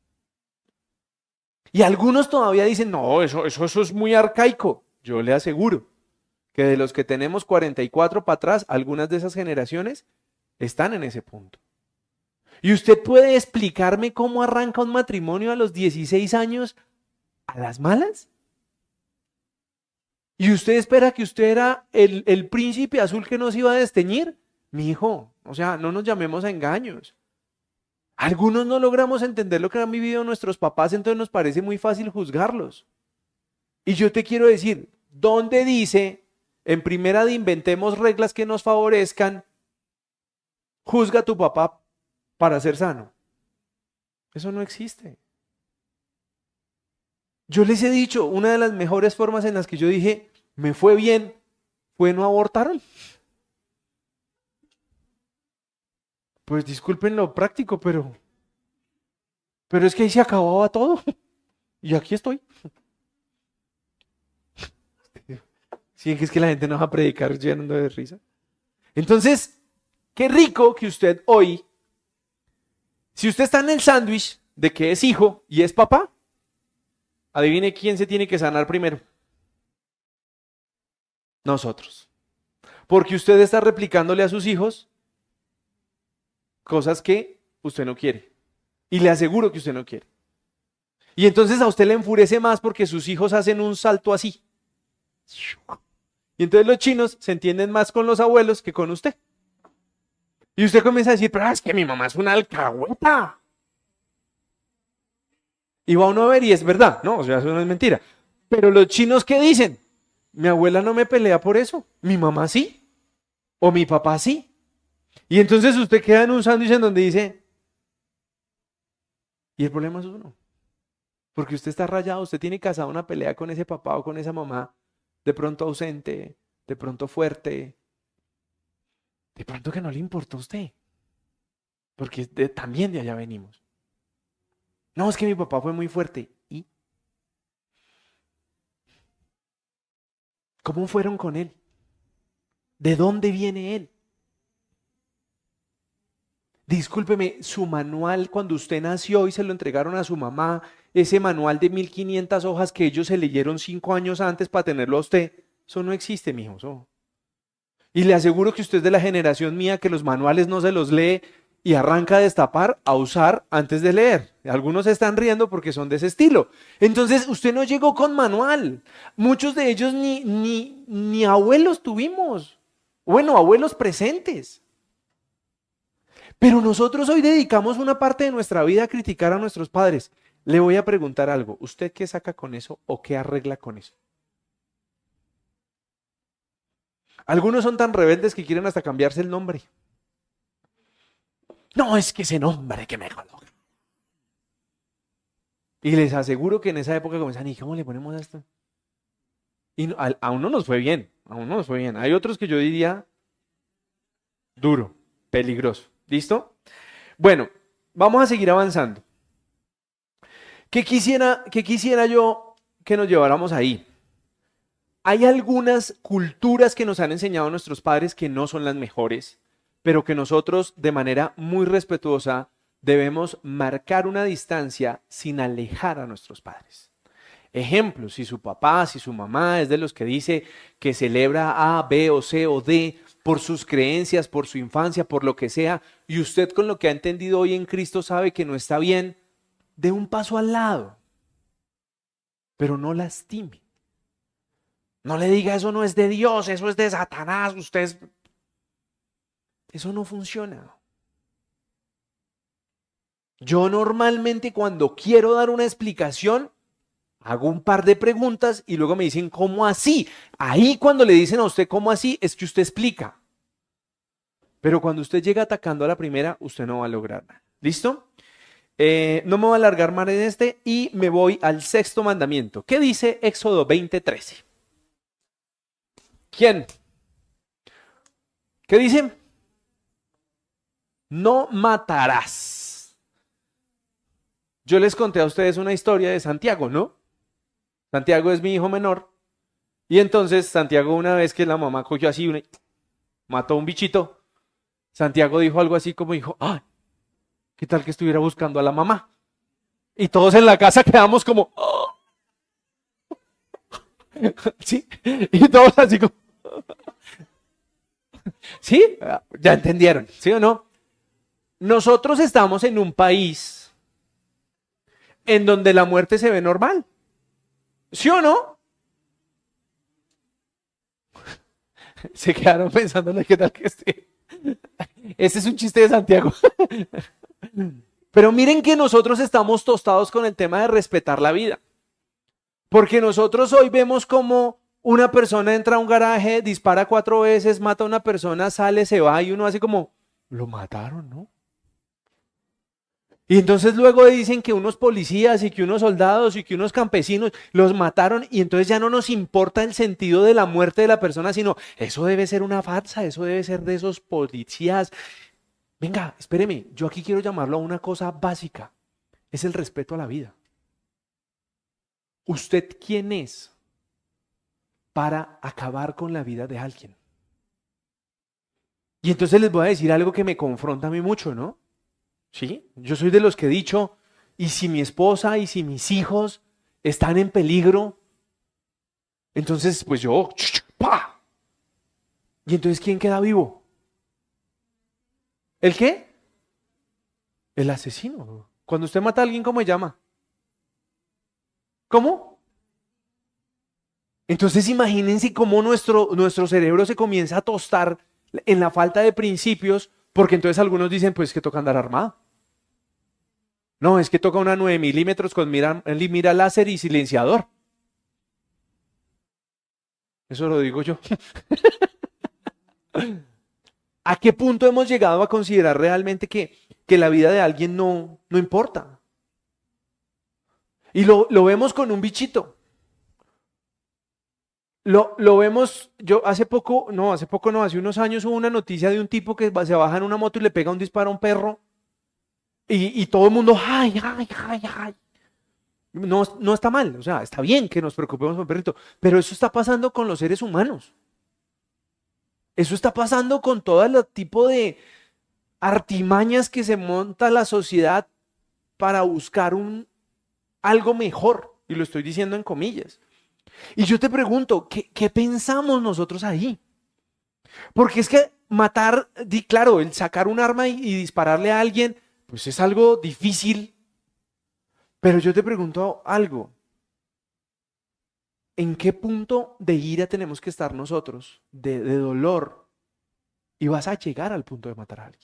Y algunos todavía dicen, no, eso es muy arcaico. Yo le aseguro que de los que tenemos 44 para atrás, algunas de esas generaciones están en ese punto. ¿Y usted puede explicarme cómo arranca un matrimonio a los 16 años a las malas? ¿Y usted espera que usted era el príncipe azul que nos iba a desteñir? Mi hijo, o sea, no nos llamemos a engaños. Algunos no logramos entender lo que han vivido nuestros papás, entonces nos parece muy fácil juzgarlos. Y yo te quiero decir, ¿dónde dice, en primera de inventemos reglas que nos favorezcan, juzga a tu papá para ser sano? Eso no existe. Yo les he dicho, una de las mejores formas en las que yo dije, me fue bien, fue no abortaron. Pues disculpen lo práctico, pero es que ahí se acababa todo. Y aquí estoy. Sí, es que la gente no va a predicar llenando de risa. Entonces, qué rico que usted hoy, si usted está en el sándwich de que es hijo y es papá, Adivine quién se tiene que sanar primero. Nosotros. Porque usted está replicándole a sus hijos cosas que usted no quiere. Y le aseguro que usted no quiere. Y entonces a usted le enfurece más porque sus hijos hacen un salto así. Y entonces los chinos se entienden más con los abuelos que con usted. Y usted comienza a decir, pero es que mi mamá es una alcahueta. Y va uno a ver y es verdad, ¿no? O sea, eso no es mentira. Pero los chinos, ¿qué dicen? Mi abuela no me pelea por eso. Mi mamá sí. O mi papá sí. Y entonces usted queda en un sándwich en donde dice, y el problema es uno. Porque usted está rayado, usted tiene casado una pelea con ese papá o con esa mamá, de pronto ausente, de pronto fuerte, de pronto que no le importa a usted. Porque también de allá venimos. No, es que mi papá fue muy fuerte. ¿Y cómo fueron con él? ¿De dónde viene él? Discúlpeme, su manual cuando usted nació y se lo entregaron a su mamá, ese manual de 1500 hojas que ellos se leyeron 5 años antes para tenerlo a usted, eso no existe, mijo. Eso. Y le aseguro que usted es de la generación mía que los manuales no se los lee y arranca a destapar, a usar antes de leer. Algunos se están riendo porque son de ese estilo. Entonces, usted no llegó con manual. Muchos de ellos ni abuelos tuvimos. Bueno, abuelos presentes. Pero nosotros hoy dedicamos una parte de nuestra vida a criticar a nuestros padres. Le voy a preguntar algo. ¿Usted qué saca con eso o qué arregla con eso? Algunos son tan rebeldes que quieren hasta cambiarse el nombre. No, es que ese nombre que me coloca. Y les aseguro que en esa época comienzan, ¿y cómo le ponemos a esto? Y a uno nos fue bien, a uno nos fue bien. Hay otros que yo diría duro, peligroso. ¿Listo? Bueno, vamos a seguir avanzando. ¿Qué quisiera yo que nos lleváramos ahí? Hay algunas culturas que nos han enseñado nuestros padres que no son las mejores, pero que nosotros de manera muy respetuosa debemos marcar una distancia sin alejar a nuestros padres. Ejemplo, si su papá, si su mamá es de los que dice que celebra A, B o C o D por sus creencias, por su infancia, por lo que sea, y usted con lo que ha entendido hoy en Cristo sabe que no está bien, dé un paso al lado, pero no lastime. No le diga eso no es de Dios, eso es de Satanás, Eso no funciona. Yo normalmente cuando quiero dar una explicación, hago un par de preguntas y luego me dicen, ¿cómo así? Ahí cuando le dicen a usted cómo así, es que usted explica. Pero cuando usted llega atacando a la primera, usted no va a lograr nada. ¿Listo? No me voy a alargar más en este y me voy al sexto mandamiento. ¿Qué dice Éxodo 20:13? ¿Quién? ¿Qué dice? No matarás. Yo les conté a ustedes una historia de Santiago, ¿no? Santiago es mi hijo menor. Y entonces Santiago una vez que la mamá cogió así, mató a un bichito, Santiago dijo algo así como dijo, ¡ay! ¿Qué tal que estuviera buscando a la mamá? Y todos en la casa quedamos como, ¡oh! ¿Sí? Y todos así como, ¿sí? Ya entendieron, ¿sí o no? Nosotros estamos en un país en donde la muerte se ve normal. ¿Sí o no? Se quedaron pensando qué tal que esté. Este es un chiste de Santiago. Pero miren que nosotros estamos tostados con el tema de respetar la vida. Porque nosotros hoy vemos como una persona entra a un garaje, dispara 4 veces, mata a una persona, sale, se va y uno hace como, lo mataron, ¿no? Y entonces luego dicen que unos policías y que unos soldados y que unos campesinos los mataron y entonces ya no nos importa el sentido de la muerte de la persona, sino eso debe ser una farsa, eso debe ser de esos policías. Venga, espéreme, yo aquí quiero llamarlo a una cosa básica, es el respeto a la vida. ¿Usted quién es para acabar con la vida de alguien? Y entonces les voy a decir algo que me confronta a mí mucho, ¿no? ¿Sí? Yo soy de los que he dicho, ¿y si mi esposa, y si mis hijos, están en peligro. Entonces, pues yo, ¡pa! ¿Y entonces quién queda vivo? ¿El qué? El asesino. Cuando usted mata a alguien, ¿cómo se llama? ¿Cómo? Entonces imagínense cómo nuestro cerebro se comienza a tostar en la falta de principios, porque entonces algunos dicen, pues que toca andar armado. No, es que toca una 9 milímetros con mira láser y silenciador. Eso lo digo yo. ¿A qué punto hemos llegado a considerar realmente que la vida de alguien no importa? Y lo vemos con un bichito. Lo vemos, yo hace unos años hubo una noticia de un tipo que se baja en una moto y le pega un disparo a un perro y todo el mundo, ay, ay, ay, ay. No está mal, o sea, está bien que nos preocupemos por el perrito, pero eso está pasando con los seres humanos. Eso está pasando con todo el tipo de artimañas que se monta la sociedad para buscar algo mejor, y lo estoy diciendo en comillas. Y yo te pregunto, ¿qué pensamos nosotros ahí? Porque es que matar, claro, el sacar un arma y dispararle a alguien, pues es algo difícil. Pero yo te pregunto algo. ¿En qué punto de ira tenemos que estar nosotros? De dolor. Y vas a llegar al punto de matar a alguien.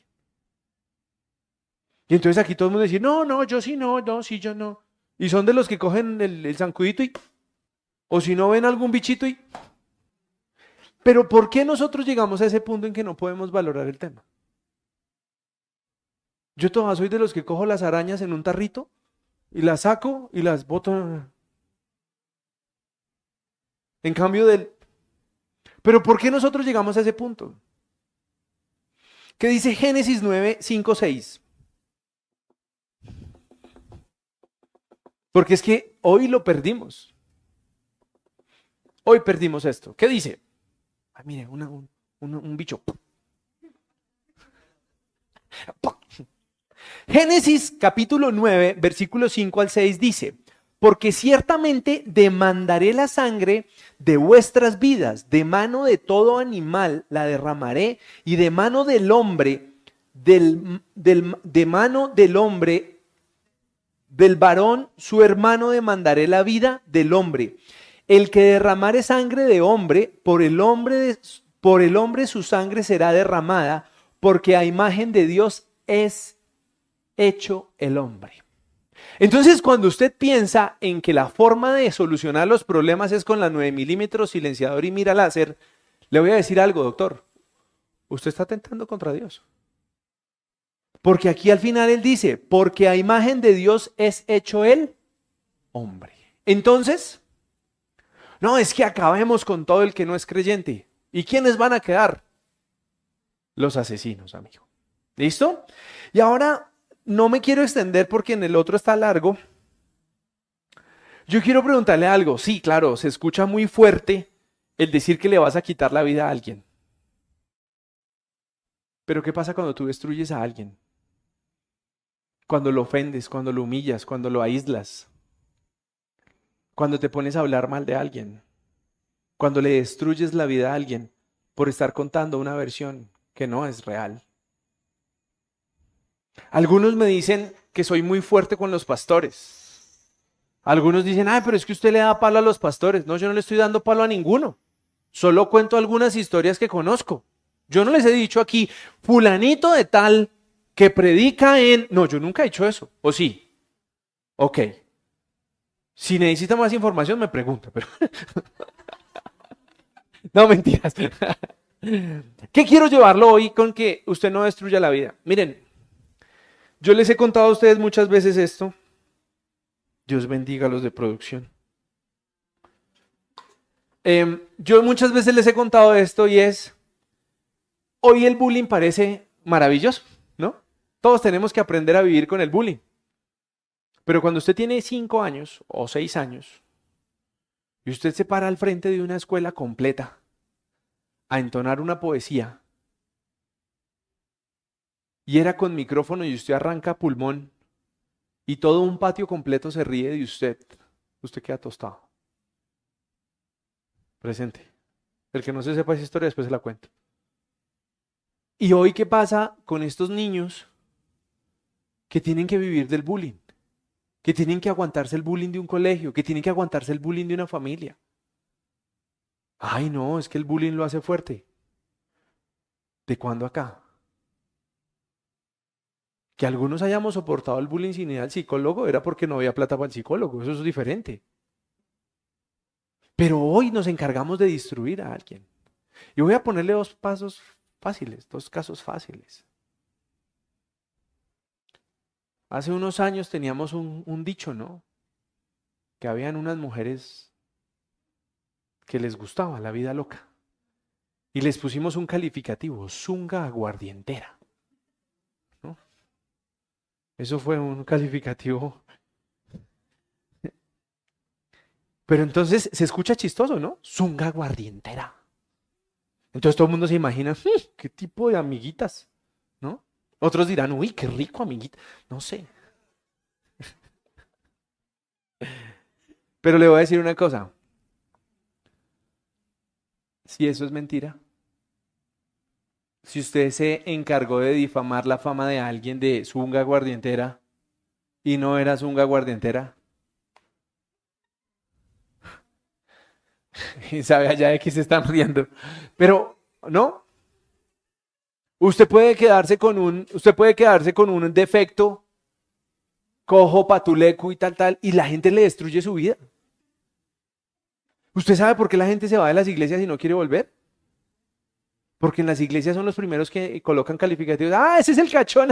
Y entonces aquí todo el mundo dice, no, yo sí no, sí, yo no. Y son de los que cogen el zancudito o si no ven algún bichito Pero ¿por qué nosotros llegamos a ese punto en que no podemos valorar el tema? Yo todavía soy de los que cojo las arañas en un tarrito y las saco y las boto. En cambio Pero ¿por qué nosotros llegamos a ese punto? ¿Qué dice Génesis 9, 5, 6? Porque es que hoy lo perdimos. Hoy perdimos esto. ¿Qué dice? Ay, mire, un bicho. Génesis capítulo 9, versículos 5 al 6 dice, porque ciertamente demandaré la sangre de vuestras vidas, de mano de todo animal la derramaré, y de mano del hombre, de mano del hombre, del varón, su hermano demandaré la vida del hombre. El que derramare sangre de hombre, por el hombre su sangre será derramada, porque a imagen de Dios es hecho el hombre. Entonces, cuando usted piensa en que la forma de solucionar los problemas es con la 9 milímetros, silenciador y mira láser, le voy a decir algo, doctor. Usted está atentando contra Dios. Porque aquí al final él dice, porque a imagen de Dios es hecho el hombre. Entonces, no, es que acabemos con todo el que no es creyente. ¿Y quiénes van a quedar? Los asesinos, amigo. ¿Listo? Y ahora no me quiero extender porque en el otro está largo. Yo quiero preguntarle algo. Sí, claro, se escucha muy fuerte el decir que le vas a quitar la vida a alguien. Pero ¿qué pasa cuando tú destruyes a alguien? Cuando lo ofendes, cuando lo humillas, cuando lo aíslas. Cuando te pones a hablar mal de alguien. Cuando le destruyes la vida a alguien por estar contando una versión que no es real. Algunos me dicen que soy muy fuerte con los pastores. Algunos dicen, ay, pero es que usted le da palo a los pastores. No, yo no le estoy dando palo a ninguno. Solo cuento algunas historias que conozco. Yo no les he dicho aquí, fulanito de tal que predica en... No, yo nunca he dicho eso. ¿O sí? Ok. Si necesita más información, me pregunta, pero... No, mentiras. ¿Qué quiero llevarlo hoy con que usted no destruya la vida? Miren, yo les he contado a ustedes muchas veces esto. Dios bendiga a los de producción. Yo muchas veces les he contado esto y es, hoy el bullying parece maravilloso, ¿no? Todos tenemos que aprender a vivir con el bullying. Pero cuando usted tiene 5 años o 6 años y usted se para al frente de una escuela completa a entonar una poesía y era con micrófono y usted arranca pulmón y todo un patio completo se ríe de usted, usted queda tostado. Presente. El que no se sepa esa historia, después se la cuento. ¿Y hoy qué pasa con estos niños que tienen que vivir del bullying? Que tienen que aguantarse el bullying de un colegio, que tienen que aguantarse el bullying de una familia. Ay, no, es que el bullying lo hace fuerte. ¿De cuándo acá? Que algunos hayamos soportado el bullying sin ir al psicólogo era porque no había plata para el psicólogo, eso es diferente. Pero hoy nos encargamos de destruir a alguien. Y voy a ponerle dos casos fáciles. Hace unos años teníamos un dicho, ¿no? Que habían unas mujeres que les gustaba la vida loca. Y les pusimos un calificativo, zunga aguardientera. ¿No? Eso fue un calificativo. Pero entonces se escucha chistoso, ¿no? Zunga aguardientera. Entonces todo el mundo se imagina, ¿qué tipo de amiguitas? ¿No? Otros dirán, uy, qué rico amiguita. No sé. Pero le voy a decir una cosa. Si eso es mentira, si usted se encargó de difamar la fama de alguien de zunga aguardientera y no era zunga aguardientera, y sabe allá de que se están riendo, pero no, usted puede quedarse con un defecto cojo, patuleco y tal, y la gente le destruye su vida. ¿Usted sabe por qué la gente se va de las iglesias y no quiere volver? Porque en las iglesias son los primeros que colocan calificativos. ¡Ah, ese es el cachón!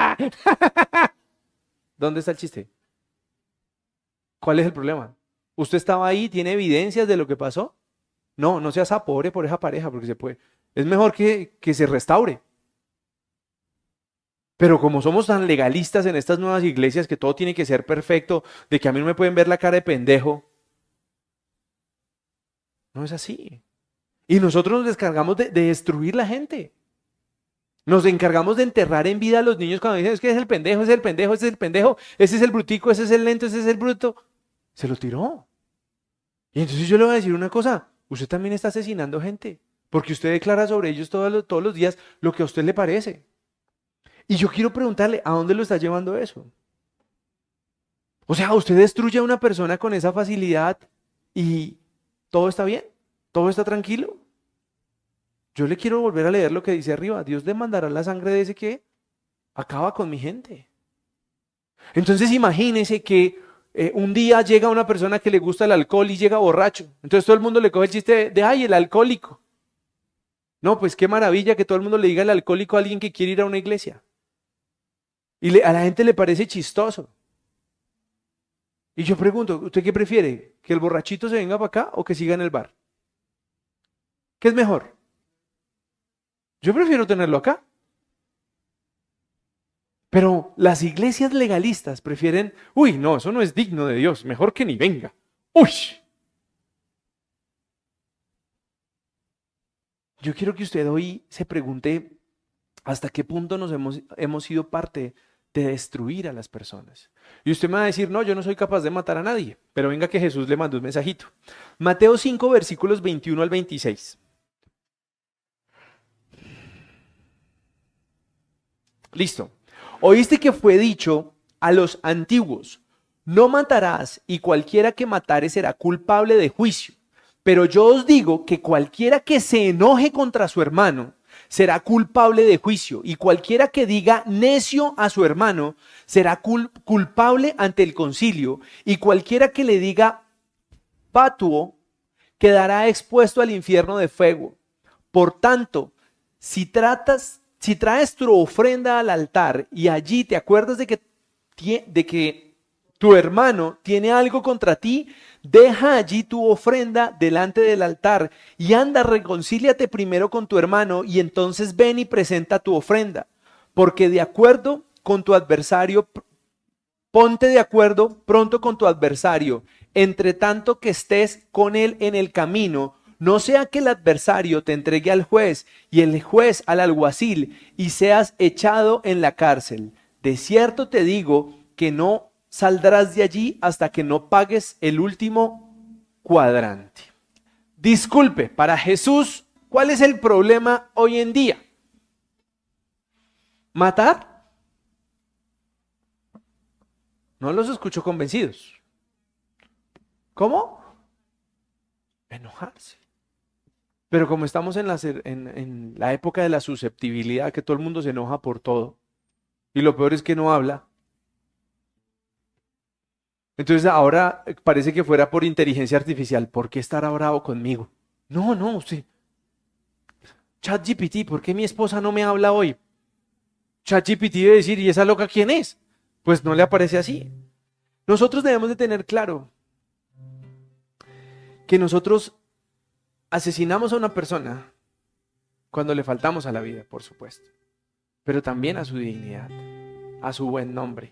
¿Dónde está el chiste? ¿Cuál es el problema? ¿Usted estaba ahí, tiene evidencias de lo que pasó? No, no se asapore por esa pareja, porque se puede. Es mejor que se restaure. Pero como somos tan legalistas en estas nuevas iglesias, que todo tiene que ser perfecto, de que a mí no me pueden ver la cara de pendejo, no es así. Y nosotros nos encargamos de destruir la gente. Nos encargamos de enterrar en vida a los niños cuando dicen, es que es el pendejo, ese es el pendejo, ese es el pendejo, ese es el brutico, ese es el lento, ese es el bruto. Se lo tiró. Y entonces yo le voy a decir una cosa, usted también está asesinando gente, porque usted declara sobre ellos todos los días lo que a usted le parece. Y yo quiero preguntarle, ¿a dónde lo está llevando eso? O sea, usted destruye a una persona con esa facilidad y todo está bien, todo está tranquilo. Yo le quiero volver a leer lo que dice arriba, Dios le mandará la sangre de ese que acaba con mi gente. Entonces imagínese que un día llega una persona que le gusta el alcohol y llega borracho. Entonces todo el mundo le coge el chiste de ay, el alcohólico. No, pues qué maravilla que todo el mundo le diga el alcohólico a alguien que quiere ir a una iglesia. Y a la gente le parece chistoso. Y yo pregunto, ¿usted qué prefiere? ¿Que el borrachito se venga para acá o que siga en el bar? ¿Qué es mejor? Yo prefiero tenerlo acá. Pero las iglesias legalistas prefieren, uy, no, eso no es digno de Dios, mejor que ni venga. Uy. Yo quiero que usted hoy se pregunte hasta qué punto hemos sido parte de destruir a las personas. Y usted me va a decir, no, yo no soy capaz de matar a nadie, pero venga que Jesús le mandó un mensajito. Mateo 5, versículos 21 al 26. Listo. Oíste que fue dicho a los antiguos, no matarás y cualquiera que matare será culpable de juicio. Pero yo os digo que cualquiera que se enoje contra su hermano será culpable de juicio, y cualquiera que diga necio a su hermano será culpable ante el concilio, y cualquiera que le diga fatuo quedará expuesto al infierno de fuego. Por tanto, si traes tu ofrenda al altar y allí te acuerdas de que tu hermano tiene algo contra ti, deja allí tu ofrenda delante del altar y anda, reconcíliate primero con tu hermano y entonces ven y presenta tu ofrenda. Porque de acuerdo con tu adversario, ponte de acuerdo pronto con tu adversario, entre tanto que estés con él en el camino, no sea que el adversario te entregue al juez y el juez al alguacil y seas echado en la cárcel. De cierto te digo que no saldrás de allí hasta que no pagues el último cuadrante. Disculpe, para Jesús, ¿cuál es el problema hoy en día? ¿Matar? No los escucho convencidos. ¿Cómo? Enojarse. Pero como estamos en la época de la susceptibilidad, que todo el mundo se enoja por todo, y lo peor es que no habla, entonces ahora parece que fuera por inteligencia artificial. ¿Por qué estará bravo conmigo? No, usted. ChatGPT, ¿por qué mi esposa no me habla hoy? ChatGPT debe decir, ¿y esa loca quién es? Pues no le aparece así. Nosotros debemos de tener claro que nosotros asesinamos a una persona cuando le faltamos a la vida, por supuesto, pero también a su dignidad, a su buen nombre.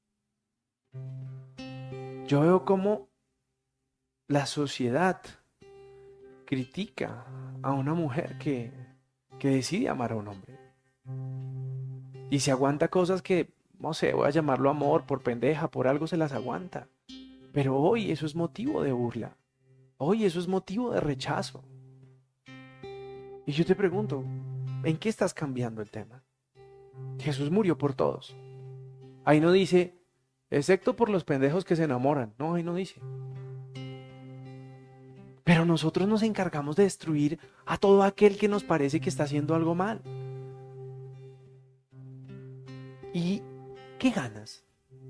Yo veo cómo la sociedad critica a una mujer que decide amar a un hombre y se aguanta cosas que, no sé, voy a llamarlo amor, por pendeja, por algo se las aguanta, pero hoy eso es motivo de burla, hoy eso es motivo de rechazo. Y yo te pregunto, ¿en qué estás cambiando el tema? Jesús murió por todos. Ahí no dice, excepto por los pendejos que se enamoran. No, ahí no dice. Pero nosotros nos encargamos de destruir a todo aquel que nos parece que está haciendo algo mal. ¿Y qué ganas?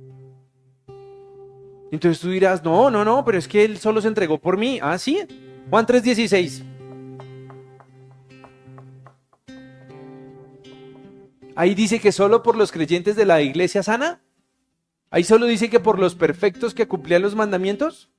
Entonces tú dirás, no, pero es que él solo se entregó por mí. Ah, sí. Juan 3:16. Ahí dice que solo por los creyentes de la iglesia sana. Ahí solo dice que por los perfectos que cumplían los mandamientos.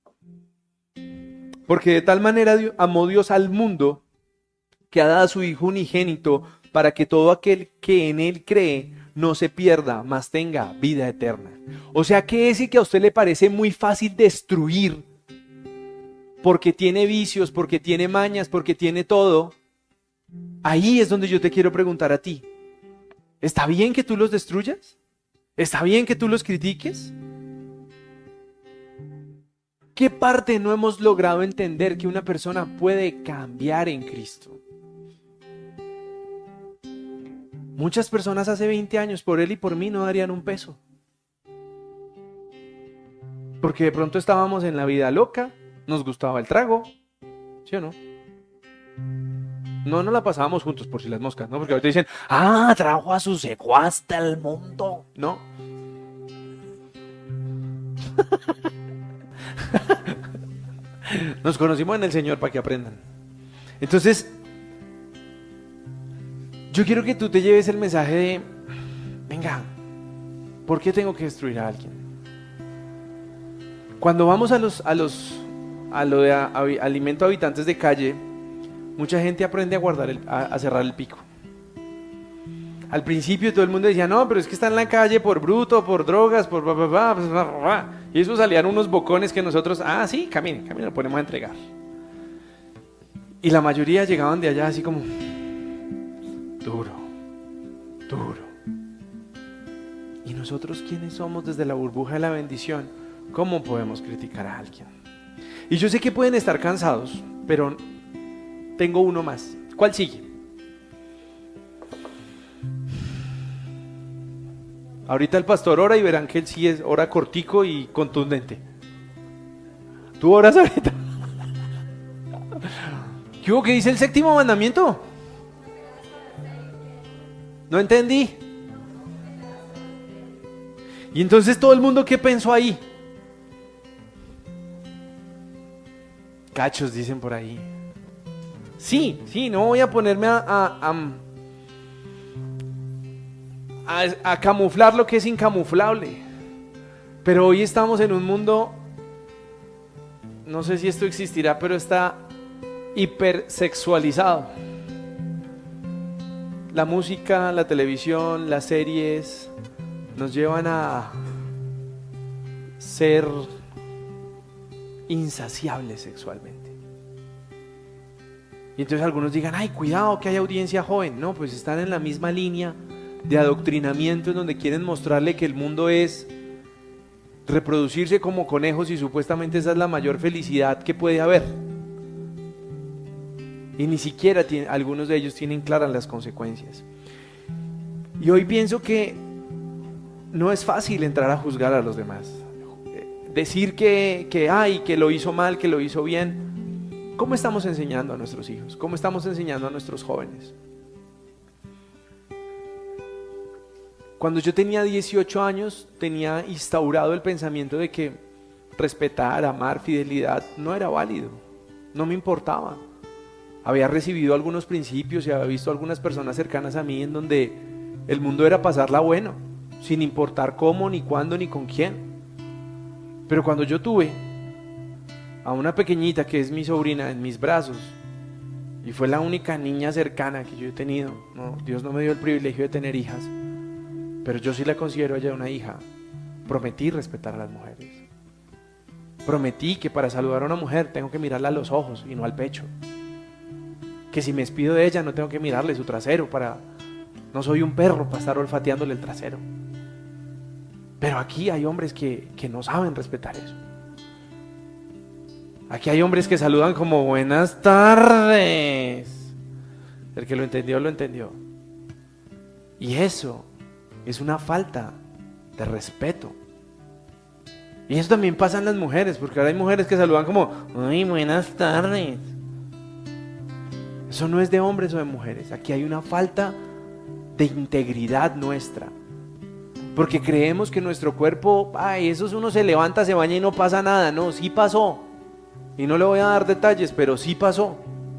Porque de tal manera amó Dios al mundo que ha dado a su Hijo unigénito para que todo aquel que en él cree no se pierda, mas tenga vida eterna. O sea que ese que a usted le parece muy fácil destruir, porque tiene vicios, porque tiene mañas, porque tiene todo, ahí es donde yo te quiero preguntar a ti. ¿Está bien que tú los destruyas? ¿Está bien que tú los critiques? ¿Qué parte no hemos logrado entender que una persona puede cambiar en Cristo? Muchas personas hace 20 años por él y por mí no darían un peso. Porque de pronto estábamos en la vida loca, nos gustaba el trago, ¿sí o no? No la pasábamos juntos por si las moscas, ¿no? Porque ahorita dicen, trajo a su secuaz del mundo. No. Nos conocimos en el Señor para que aprendan. Entonces, yo quiero que tú te lleves el mensaje de, venga, ¿por qué tengo que destruir a alguien? Cuando vamos a lo de alimento a habitantes de calle, mucha gente aprende a cerrar el pico. Al principio todo el mundo decía, no, pero es que está en la calle por bruto, por drogas, por y eso salían unos bocones que nosotros, sí, camine, lo ponemos a entregar. Y la mayoría llegaban de allá así como, duro. ¿Y nosotros quiénes somos desde la burbuja de la bendición? ¿Cómo podemos criticar a alguien? Y yo sé que pueden estar cansados, pero tengo uno más. ¿Cuál sigue? Ahorita el pastor ora y verán que él sí es ora cortico y contundente. ¿Tú oras ahorita? ¿Qué hubo? ¿Qué dice el séptimo mandamiento? No entendí. Y entonces todo el mundo, ¿qué pensó ahí? Cachos, dicen por ahí. Sí, no voy a ponerme a camuflar lo que es incamuflable. Pero hoy estamos en un mundo, no sé si esto existirá, pero está hipersexualizado. La música, la televisión, las series nos llevan a ser insaciables sexualmente. Y entonces algunos digan, ay, cuidado que hay audiencia joven. No, pues están en la misma línea de adoctrinamiento en donde quieren mostrarle que el mundo es reproducirse como conejos y supuestamente esa es la mayor felicidad que puede haber. Y ni siquiera algunos de ellos tienen claras las consecuencias. Y hoy pienso que no es fácil entrar a juzgar a los demás. Decir que lo hizo mal, que lo hizo bien. ¿Cómo estamos enseñando a nuestros hijos? ¿Cómo estamos enseñando a nuestros jóvenes? Cuando yo tenía 18 años, tenía instaurado el pensamiento de que respetar, amar, fidelidad no era válido. No me importaba. Había recibido algunos principios y había visto algunas personas cercanas a mí en donde el mundo era pasarla bueno, sin importar cómo, ni cuándo, ni con quién. Pero cuando yo tuve a una pequeñita que es mi sobrina en mis brazos, y fue la única niña cercana que yo he tenido, no, Dios no me dio el privilegio de tener hijas, pero yo sí la considero a ella una hija, prometí respetar a las mujeres. Prometí que para saludar a una mujer tengo que mirarla a los ojos y no al pecho. Que si me despido de ella no tengo que mirarle su trasero no soy un perro para estar olfateándole el trasero. Pero aquí hay hombres que no saben respetar eso. Aquí hay hombres que saludan como buenas tardes. El que lo entendió, lo entendió. Y eso es una falta de respeto. Y eso también pasa en las mujeres, porque ahora hay mujeres que saludan como ay, buenas tardes. Eso no es de hombres o de mujeres. Aquí hay una falta de integridad nuestra. Porque creemos que nuestro cuerpo, eso es uno se levanta, se baña y no pasa nada. No, sí pasó. Y no le voy a dar detalles, pero sí pasó.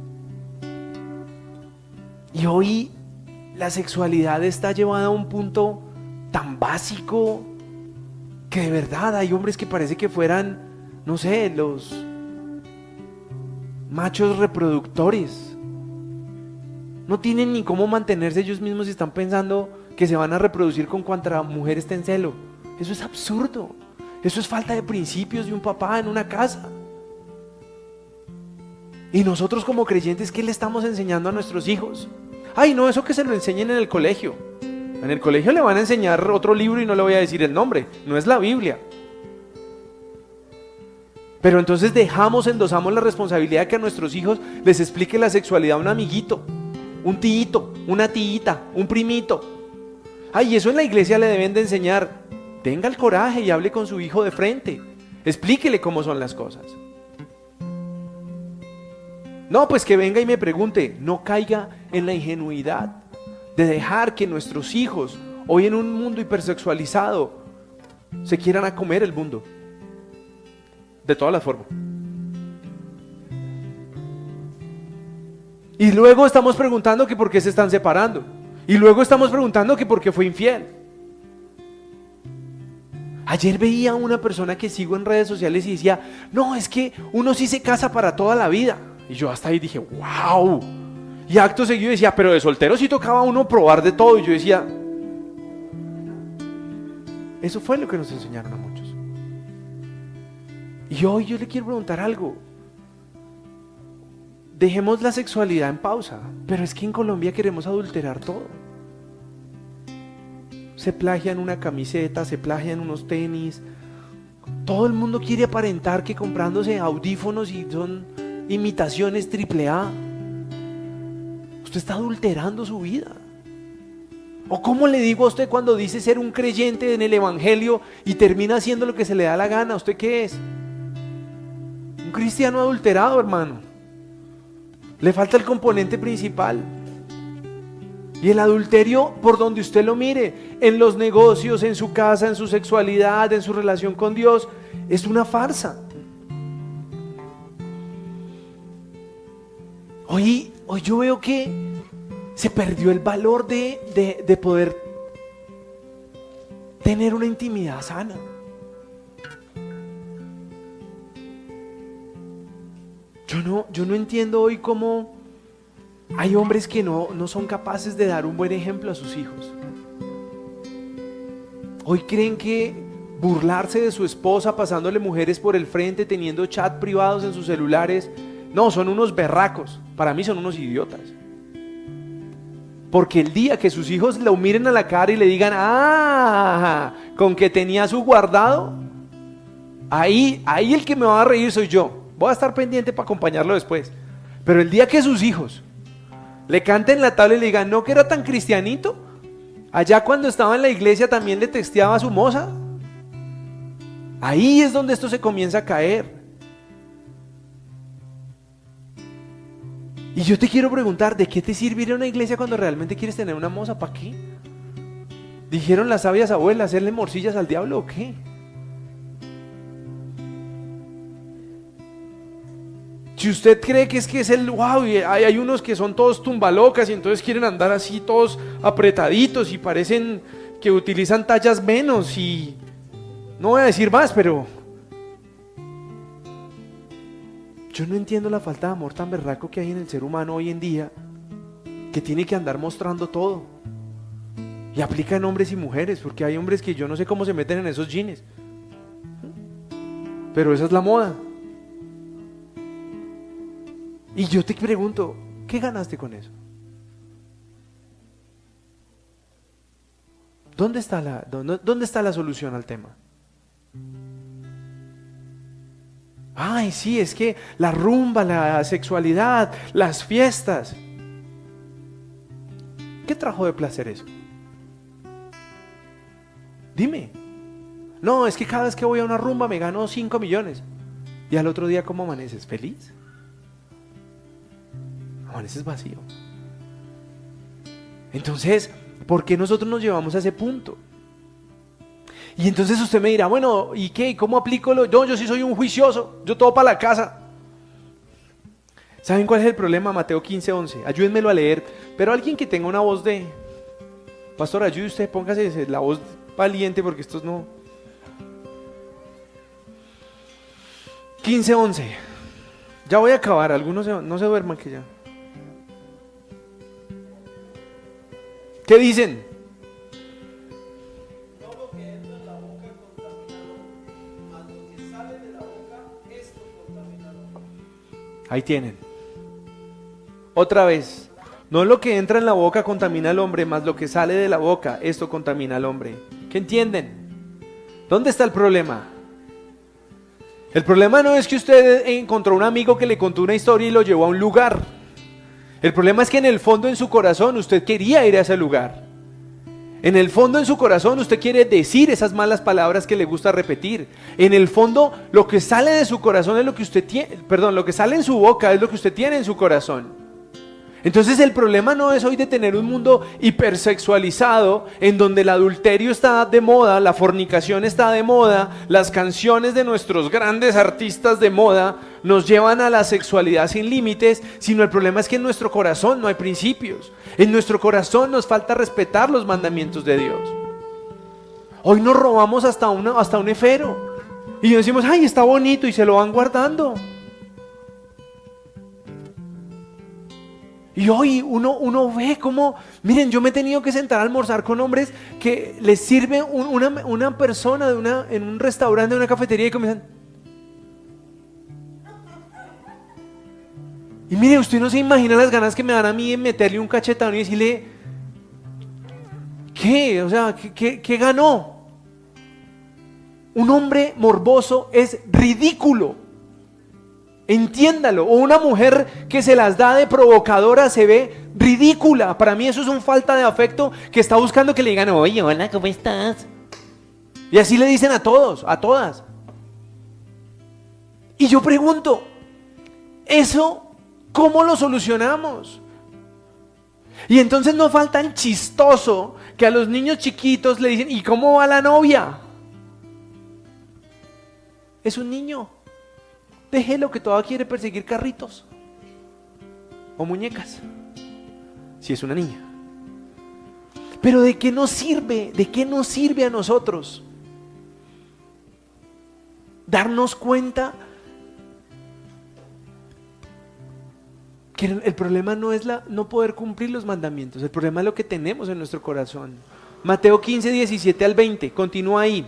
Y hoy la sexualidad está llevada a un punto tan básico que de verdad hay hombres que parece que fueran, no sé, los machos reproductores. No tienen ni cómo mantenerse ellos mismos y están pensando que se van a reproducir con cuanta mujer esté en celo. Eso es absurdo. Eso es falta de principios de un papá en una casa. Y nosotros como creyentes, ¿qué le estamos enseñando a nuestros hijos? Ay, no, eso que se lo enseñen en el colegio. En el colegio le van a enseñar otro libro y no le voy a decir el nombre. No es la Biblia. Pero entonces endosamos la responsabilidad de que a nuestros hijos les explique la sexualidad a un amiguito, un tíito, una tía, un primito. Ay, eso en la iglesia le deben de enseñar. Tenga el coraje y hable con su hijo de frente. Explíquele cómo son las cosas. No, pues que venga y me pregunte. No caiga en la ingenuidad de dejar que nuestros hijos, hoy en un mundo hipersexualizado, se quieran a comer el mundo. De todas las formas. Y luego estamos preguntando que por qué se están separando. Y luego estamos preguntando que por qué fue infiel. Ayer veía a una persona que sigo en redes sociales y decía, no, es que uno sí se casa para toda la vida. Y yo hasta ahí dije, wow. Y acto seguido decía, pero de soltero sí tocaba a uno probar de todo. Y yo decía, eso fue lo que nos enseñaron a muchos. Y hoy yo le quiero preguntar algo. Dejemos la sexualidad en pausa, pero es que en Colombia queremos adulterar todo. Se plagian una camiseta, se plagian unos tenis. Todo el mundo quiere aparentar que comprándose audífonos y son imitaciones AAA. Usted está adulterando su vida. ¿O cómo le digo a usted cuando dice ser un creyente en el evangelio y termina haciendo lo que se le da la gana? ¿Usted qué es? Un cristiano adulterado, hermano. Le falta el componente principal. Y el adulterio, por donde usted lo mire, en los negocios, en su casa, en su sexualidad, en su relación con Dios, es una farsa. Hoy yo veo que se perdió el valor de poder tener una intimidad sana. Yo no entiendo hoy cómo hay hombres que no son capaces de dar un buen ejemplo a sus hijos. Hoy creen que burlarse de su esposa pasándole mujeres por el frente, teniendo chat privados en sus celulares, no, son unos berracos. Para mí son unos idiotas. Porque el día que sus hijos lo miren a la cara y le digan, con que tenía su guardado, Ahí el que me va a reír soy yo. Voy a estar pendiente para acompañarlo después. Pero el día que sus hijos le canten la tabla y le digan, no que era tan cristianito, allá cuando estaba en la iglesia también le texteaba a su moza. Ahí es donde esto se comienza a caer. Y yo te quiero preguntar, ¿de qué te sirve ir a una iglesia cuando realmente quieres tener una moza? ¿Para qué? Dijeron las sabias abuelas, ¿hacerle morcillas al diablo o qué? Si usted cree que es el wow, y hay unos que son todos tumbalocas y entonces quieren andar así todos apretaditos y parecen que utilizan tallas menos y no voy a decir más, pero yo no entiendo la falta de amor tan berraco que hay en el ser humano hoy en día, que tiene que andar mostrando todo. Y aplica en hombres y mujeres, porque hay hombres que yo no sé cómo se meten en esos jeans, pero esa es la moda. Y yo te pregunto, ¿qué ganaste con eso? ¿Dónde está la solución al tema? Ay, sí, es que la rumba, la sexualidad, las fiestas. ¿Qué trajo de placer eso? Dime. No, es que cada vez que voy a una rumba me gano 5 millones. Y al otro día, ¿cómo amaneces? ¿Feliz? Amaneces vacío. Entonces, ¿por qué nosotros nos llevamos a ese punto? Y entonces usted me dirá, bueno, ¿y qué? ¿Cómo aplico lo? Yo sí soy un juicioso, yo todo para la casa. ¿Saben cuál es el problema? Mateo 15:11. Ayúdenmelo a leer, pero alguien que tenga una voz de... Pastor, ayude usted, póngase la voz valiente porque estos no... 15:11. Ya voy a acabar, algunos no se duerman que ya. ¿Qué dicen? Todo lo que entra en la boca contamina, mas lo que sale de la boca, esto contamina. Ahí tienen. Otra vez. No lo que entra en la boca contamina al hombre, mas lo que sale de la boca, esto contamina al hombre. ¿Qué entienden? ¿Dónde está el problema? El problema no es que usted encontró un amigo que le contó una historia y lo llevó a un lugar. El problema es que en el fondo en su corazón usted quería ir a ese lugar. En el fondo en su corazón usted quiere decir esas malas palabras que le gusta repetir. En el fondo lo que sale de su corazón es lo que usted tiene, perdón, lo que sale en su boca es lo que usted tiene en su corazón. Entonces el problema no es hoy de tener un mundo hipersexualizado en donde el adulterio está de moda, la fornicación está de moda, las canciones de nuestros grandes artistas de moda nos llevan a la sexualidad sin límites, sino el problema es que en nuestro corazón no hay principios, en nuestro corazón nos falta respetar los mandamientos de Dios. Hoy nos robamos hasta un efero y decimos, ay, está bonito y se lo van guardando. Y hoy uno ve cómo, miren, yo me he tenido que sentar a almorzar con hombres que les sirve una persona en un restaurante, en una cafetería y comienzan. Y mire, usted no se imagina las ganas que me dan a mí de meterle un cachetón y decirle, ¿qué? O sea, ¿qué ganó? Un hombre morboso es ridículo. Entiéndalo. O una mujer que se las da de provocadora se ve ridícula. Para mí eso es una falta de afecto que está buscando que le digan, oye, hola, ¿cómo estás? Y así le dicen a todos, a todas. Y yo pregunto, ¿eso cómo lo solucionamos? Y entonces no falta el chistoso que a los niños chiquitos le dicen, ¿y cómo va la novia? Es un niño. Déjelo que todavía quiere perseguir carritos o muñecas, si es una niña. Pero ¿de qué nos sirve? ¿De qué nos sirve a nosotros darnos cuenta que el problema no es no poder cumplir los mandamientos? El problema es lo que tenemos en nuestro corazón. Mateo 15, 17 al 20, continúa ahí.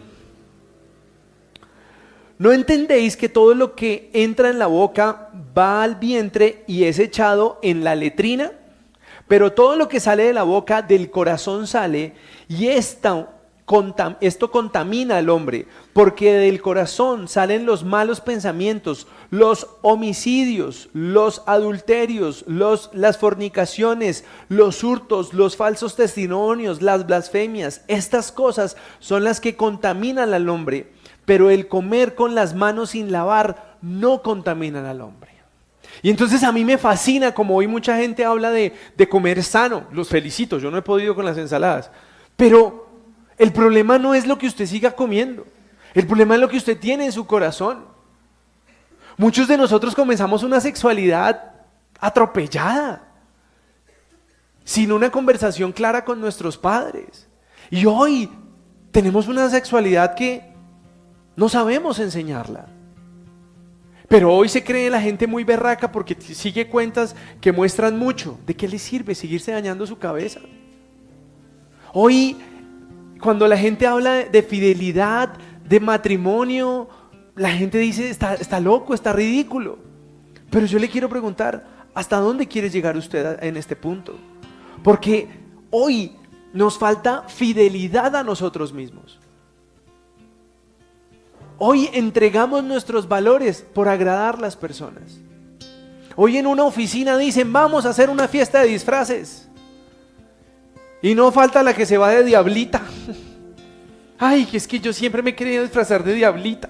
¿No entendéis que todo lo que entra en la boca va al vientre y es echado en la letrina? Pero todo lo que sale de la boca del corazón sale, y esta esto contamina al hombre, porque del corazón salen los malos pensamientos, los homicidios, los adulterios, las fornicaciones, los hurtos, los falsos testimonios, las blasfemias. Estas cosas son las que contaminan al hombre, pero el comer con las manos sin lavar no contaminan al hombre. Y entonces a mí me fascina como hoy mucha gente habla de comer sano. Los felicito, yo no he podido con las ensaladas, pero el problema no es lo que usted siga comiendo, el problema es lo que usted tiene en su corazón. Muchos de nosotros comenzamos una sexualidad atropellada, sin una conversación clara con nuestros padres. Y hoy tenemos una sexualidad que no sabemos enseñarla. Pero hoy se cree la gente muy berraca porque sigue cuentas que muestran mucho. ¿De qué le sirve seguirse dañando su cabeza? Hoy, cuando la gente habla de fidelidad, de matrimonio, la gente dice, está loco, está ridículo. Pero yo le quiero preguntar, ¿hasta dónde quiere llegar usted en este punto? Porque hoy nos falta fidelidad a nosotros mismos. Hoy entregamos nuestros valores por agradar a las personas. Hoy en una oficina dicen, vamos a hacer una fiesta de disfraces. Y no falta la que se va de diablita. Ay, es que yo siempre me he querido disfrazar de diablita.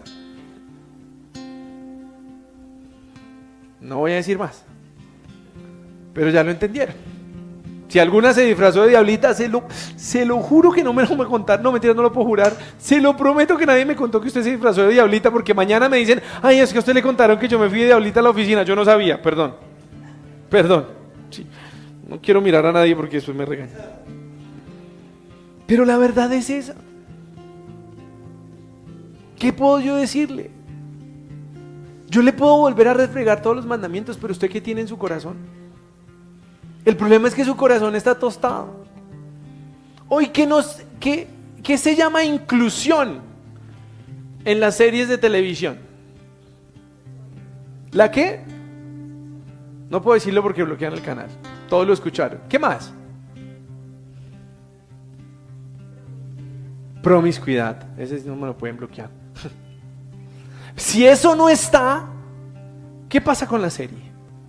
No voy a decir más, pero ya lo entendieron. Si alguna se disfrazó de diablita, se lo juro que no me lo voy a contar. No, mentira, no lo puedo jurar. Se lo prometo que nadie me contó que usted se disfrazó de diablita, porque mañana me dicen, ay, es que a usted le contaron que yo me fui de diablita a la oficina. Yo no sabía, perdón. Sí. No quiero mirar a nadie porque después me regañan. Pero la verdad es esa. ¿Qué puedo yo decirle? Yo le puedo volver a refregar todos los mandamientos, pero ¿usted qué tiene en su corazón? El problema es que su corazón está tostado. Hoy, ¿qué se llama inclusión en las series de televisión? ¿La qué? No puedo decirlo porque bloquean el canal. Todos lo escucharon. ¿Qué más? Promiscuidad. Ese no me lo pueden bloquear. Si eso no está, ¿qué pasa con la serie?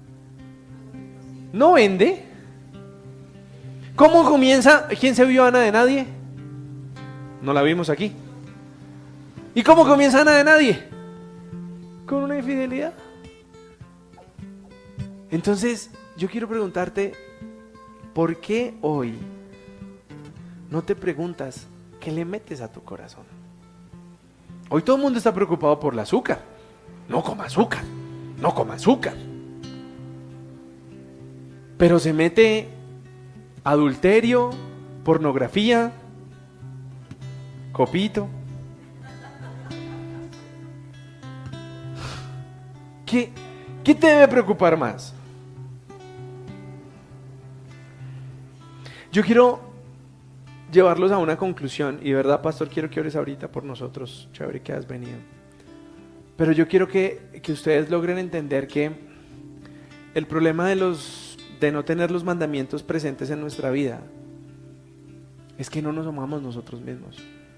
¿No vende? ¿Cómo comienza? ¿Quién se vio Ana de Nadie? No la vimos aquí. ¿Y cómo comienza Ana de Nadie? Con una infidelidad. Entonces, yo quiero preguntarte, ¿por qué hoy no te preguntas qué le metes a tu corazón? Hoy todo el mundo está preocupado por el azúcar. No coma azúcar, no coma azúcar. Pero se mete adulterio, pornografía, copito. ¿Qué te debe preocupar más? Yo quiero llevarlos a una conclusión, y de verdad, pastor, quiero que ores ahorita por nosotros. Chévere que has venido. Pero yo quiero que ustedes logren entender que el problema de no tener los mandamientos presentes en nuestra vida es que no nos amamos nosotros mismos.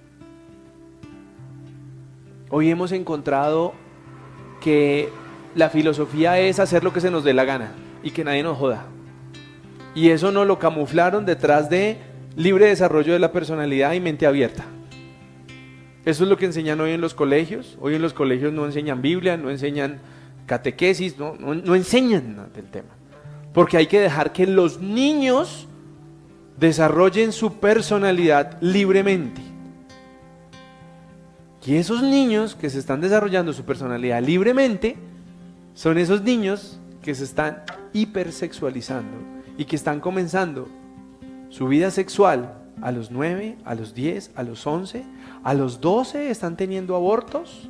Hoy hemos encontrado que la filosofía es hacer lo que se nos dé la gana y que nadie nos joda. Y eso nos lo camuflaron detrás de libre desarrollo de la personalidad y mente abierta. Eso es lo que enseñan hoy en los colegios. Hoy en los colegios no enseñan Biblia, no enseñan catequesis, no enseñan nada del tema. Porque hay que dejar que los niños desarrollen su personalidad libremente. Y esos niños que se están desarrollando su personalidad libremente son esos niños que se están hipersexualizando y que están comenzando su vida sexual a los 9, a los 10, a los 11, a los 12 están teniendo abortos.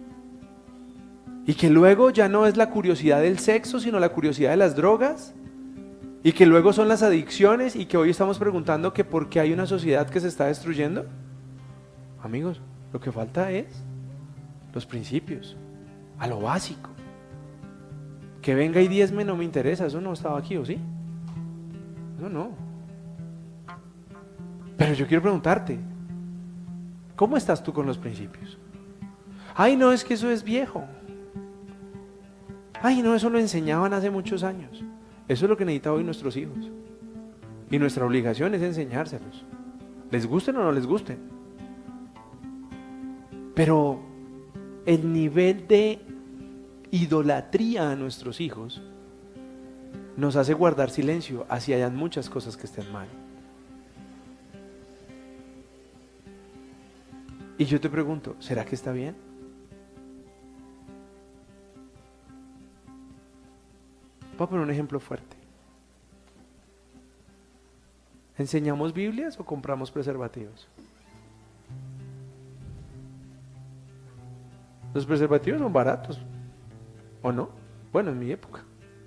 Y que luego ya no es la curiosidad del sexo, sino la curiosidad de las drogas. Y que luego son las adicciones, y que hoy estamos preguntando que por qué hay una sociedad que se está destruyendo. Amigos, lo que falta es los principios, a lo básico. Que venga y diezme no me interesa, eso no estaba aquí, ¿o sí? Eso no. Pero yo quiero preguntarte, ¿Cómo estás tú con los principios? Ay, no, es que eso es viejo. Ay, no, eso lo enseñaban hace muchos años. Eso es lo que necesitan hoy nuestros hijos. Y nuestra obligación es enseñárselos. Les gusten o no les gusten. Pero el nivel de idolatría a nuestros hijos nos hace guardar silencio, así hayan muchas cosas que estén mal. Y yo te pregunto, ¿será que está bien? Voy a poner un ejemplo fuerte. ¿Enseñamos Biblias o compramos preservativos? Los preservativos son baratos, ¿o no? Bueno, en mi época.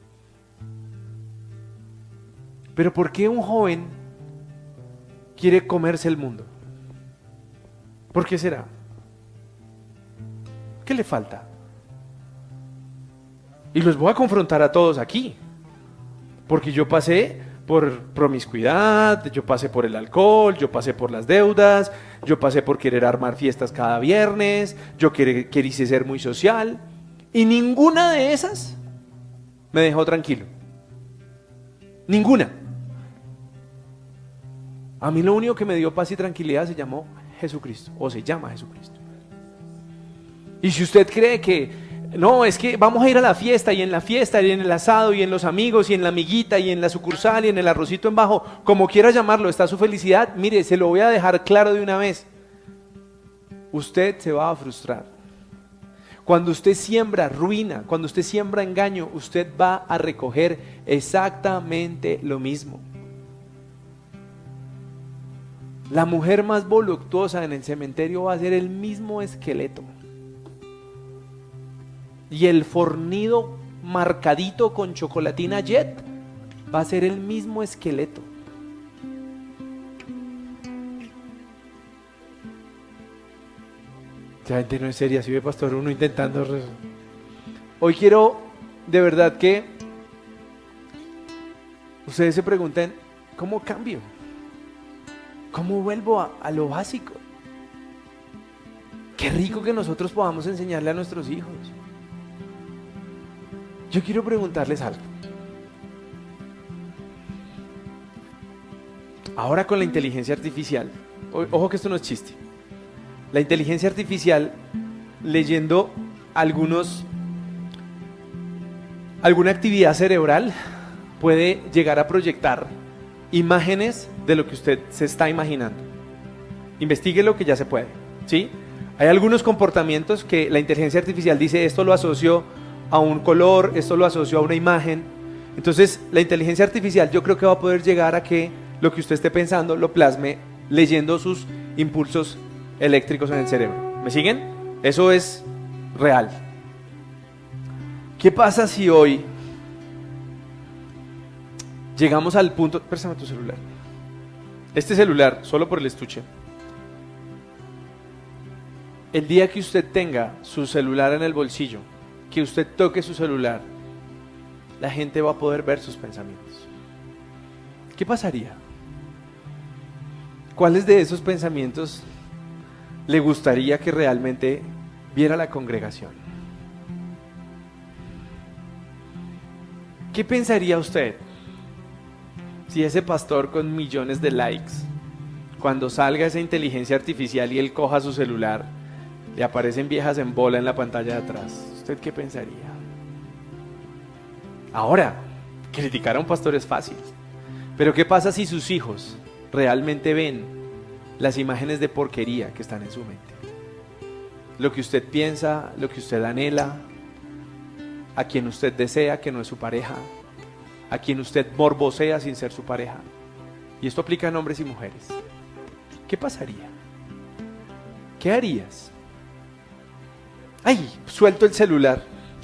Pero ¿por qué un joven quiere comerse el mundo? ¿Por qué será? ¿Qué le falta? Y los voy a confrontar a todos aquí, porque yo pasé por promiscuidad, yo pasé por el alcohol, yo pasé por las deudas, yo pasé por querer armar fiestas cada viernes, yo quise ser muy social, y ninguna de esas me dejó tranquilo. Ninguna. A mí lo único que me dio paz y tranquilidad se llamó Jesucristo, o se llama Jesucristo. Y si usted cree que no, es que vamos a ir a la fiesta, y en la fiesta, y en el asado, y en los amigos, y en la amiguita, y en la sucursal, y en el arrocito en bajo, como quiera llamarlo, está su felicidad, mire, se lo voy a dejar claro de una vez. Usted se va a frustrar. Cuando usted siembra ruina, cuando usted siembra engaño, usted va a recoger exactamente lo mismo. La mujer más voluptuosa en el cementerio va a ser el mismo esqueleto. Y el fornido marcadito con chocolatina Jet va a ser el mismo esqueleto. La gente no es seria, si ve, pastor, uno intentando. Hoy quiero, de verdad, que ustedes se pregunten, ¿cómo cambio? ¿Cómo vuelvo a lo básico? Qué rico que nosotros podamos enseñarle a nuestros hijos. Yo quiero preguntarles algo. Ahora con la inteligencia artificial, ojo que esto no es chiste. La inteligencia artificial, leyendo alguna actividad cerebral, puede llegar a proyectar imágenes de lo que usted se está imaginando. Investigue lo que ya se puede, ¿sí? Hay algunos comportamientos que la inteligencia artificial dice, esto lo asocio a un color, esto lo asocio a una imagen. Entonces la inteligencia artificial yo creo que va a poder llegar a que lo que usted esté pensando lo plasme leyendo sus impulsos eléctricos en el cerebro. ¿Me siguen? Eso es real. ¿Qué pasa si hoy llegamos al punto? Préstame tu celular. Este celular, solo por el estuche. El día que usted tenga su celular en el bolsillo, que usted toque su celular, la gente va a poder ver sus pensamientos. ¿Qué pasaría? ¿Cuáles de esos pensamientos le gustaría que realmente viera la congregación? ¿Qué pensaría usted si ese pastor con millones de likes, cuando salga esa inteligencia artificial y él coja su celular, le aparecen viejas en bola en la pantalla de atrás? ¿Usted qué pensaría? Ahora, criticar a un pastor es fácil, pero ¿qué pasa si sus hijos realmente ven las imágenes de porquería que están en su mente? Lo que usted piensa, lo que usted anhela, a quien usted desea que no es su pareja, a quien usted morbosea sin ser su pareja. Y esto aplica a hombres y mujeres. ¿Qué pasaría? ¿Qué harías? ¡Ay! Suelto el celular.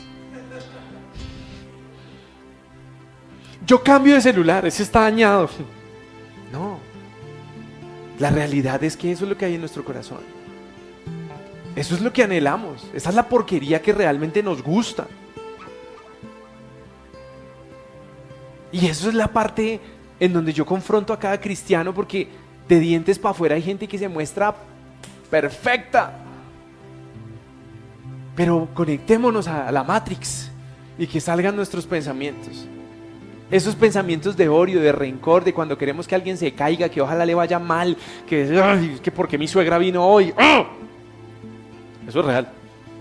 Yo cambio de celular, ese está dañado. No. La realidad es que eso es lo que hay en nuestro corazón. Eso es lo que anhelamos. Esa es la porquería que realmente nos gusta. Y eso es la parte en donde yo confronto a cada cristiano, porque de dientes para afuera hay gente que se muestra perfecta. Pero conectémonos a la Matrix y que salgan nuestros pensamientos. Esos pensamientos de odio, de rencor, de cuando queremos que alguien se caiga, que ojalá le vaya mal, que porque mi suegra vino hoy. ¡Ah! Eso es real.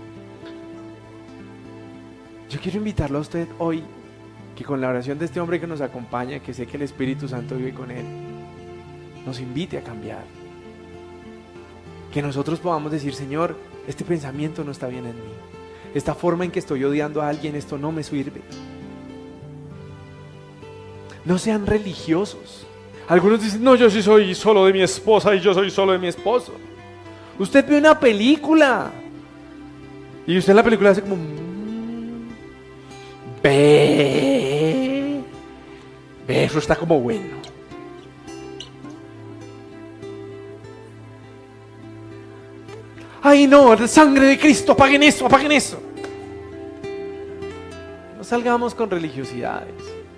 Yo quiero invitarlo a usted hoy, que con la oración de este hombre que nos acompaña, que sé que el Espíritu Santo vive con él, nos invite a cambiar. Que nosotros podamos decir, Señor, este pensamiento no está bien en mí. Esta forma en que estoy odiando a alguien, esto no me sirve. No sean religiosos. Algunos dicen, no, yo sí soy solo de mi esposa y yo soy solo de mi esposo. Usted ve una película y usted en la película hace como ve, eso está como bueno. Ay no, la sangre de Cristo, apaguen eso, apaguen eso. No salgamos con religiosidades.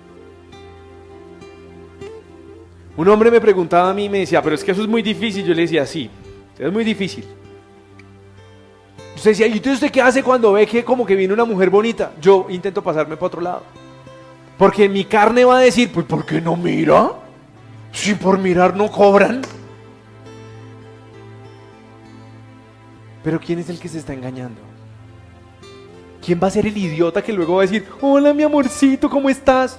Un hombre me preguntaba a mí y me decía, pero es que eso es muy difícil. Yo le decía, sí, es muy difícil. Usted decía, ¿y usted qué hace cuando ve que como que viene una mujer bonita? Yo intento pasarme para otro lado. Porque mi carne va a decir, pues ¿por qué no mira? Si por mirar no cobran. Pero ¿quién es el que se está engañando? ¿Quién va a ser el idiota que luego va a decir, hola mi amorcito, ¿cómo estás?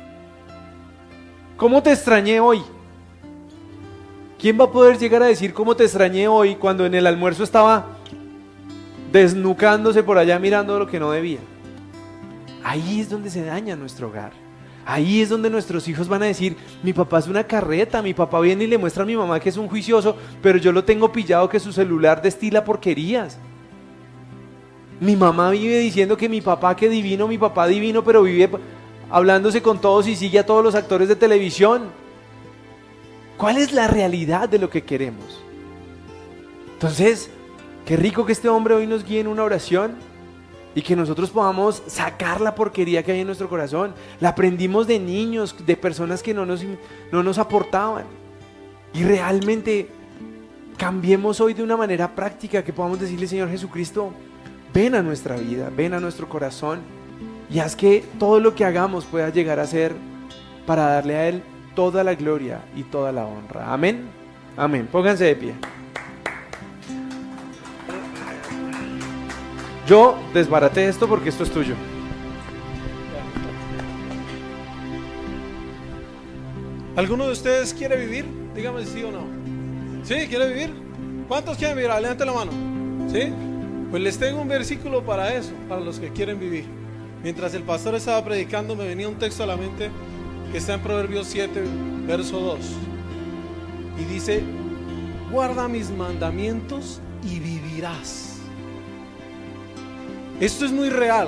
¿Cómo te extrañé hoy? ¿Quién va a poder llegar a decir cómo te extrañé hoy cuando en el almuerzo estaba desnucándose por allá mirando lo que no debía? Ahí es donde se daña nuestro hogar. Ahí es donde nuestros hijos van a decir, mi papá es una carreta, mi papá viene y le muestra a mi mamá que es un juicioso, pero yo lo tengo pillado que su celular destila porquerías. Mi mamá vive diciendo que mi papá que divino, mi papá divino, pero vive hablándose con todos y sigue a todos los actores de televisión. ¿Cuál es la realidad de lo que queremos? Entonces, qué rico que este hombre hoy nos guíe en una oración y que nosotros podamos sacar la porquería que hay en nuestro corazón. La aprendimos de niños, de personas que no nos aportaban. Y realmente cambiemos hoy de una manera práctica, que podamos decirle, Señor Jesucristo, ven a nuestra vida, ven a nuestro corazón y haz que todo lo que hagamos pueda llegar a ser para darle a Él toda la gloria y toda la honra. Amén. Amén. Pónganse de pie. Yo desbaraté esto porque esto es tuyo. ¿Alguno de ustedes quiere vivir? Dígame si sí o no. ¿Sí? ¿Quiere vivir? ¿Cuántos quieren vivir? Levanten la mano. ¿Sí? Pues les tengo un versículo para eso, para los que quieren vivir. Mientras el pastor estaba predicando, me venía un texto a la mente que está en Proverbios 7, verso 2. Y dice, guarda mis mandamientos y vivirás. Esto es muy real.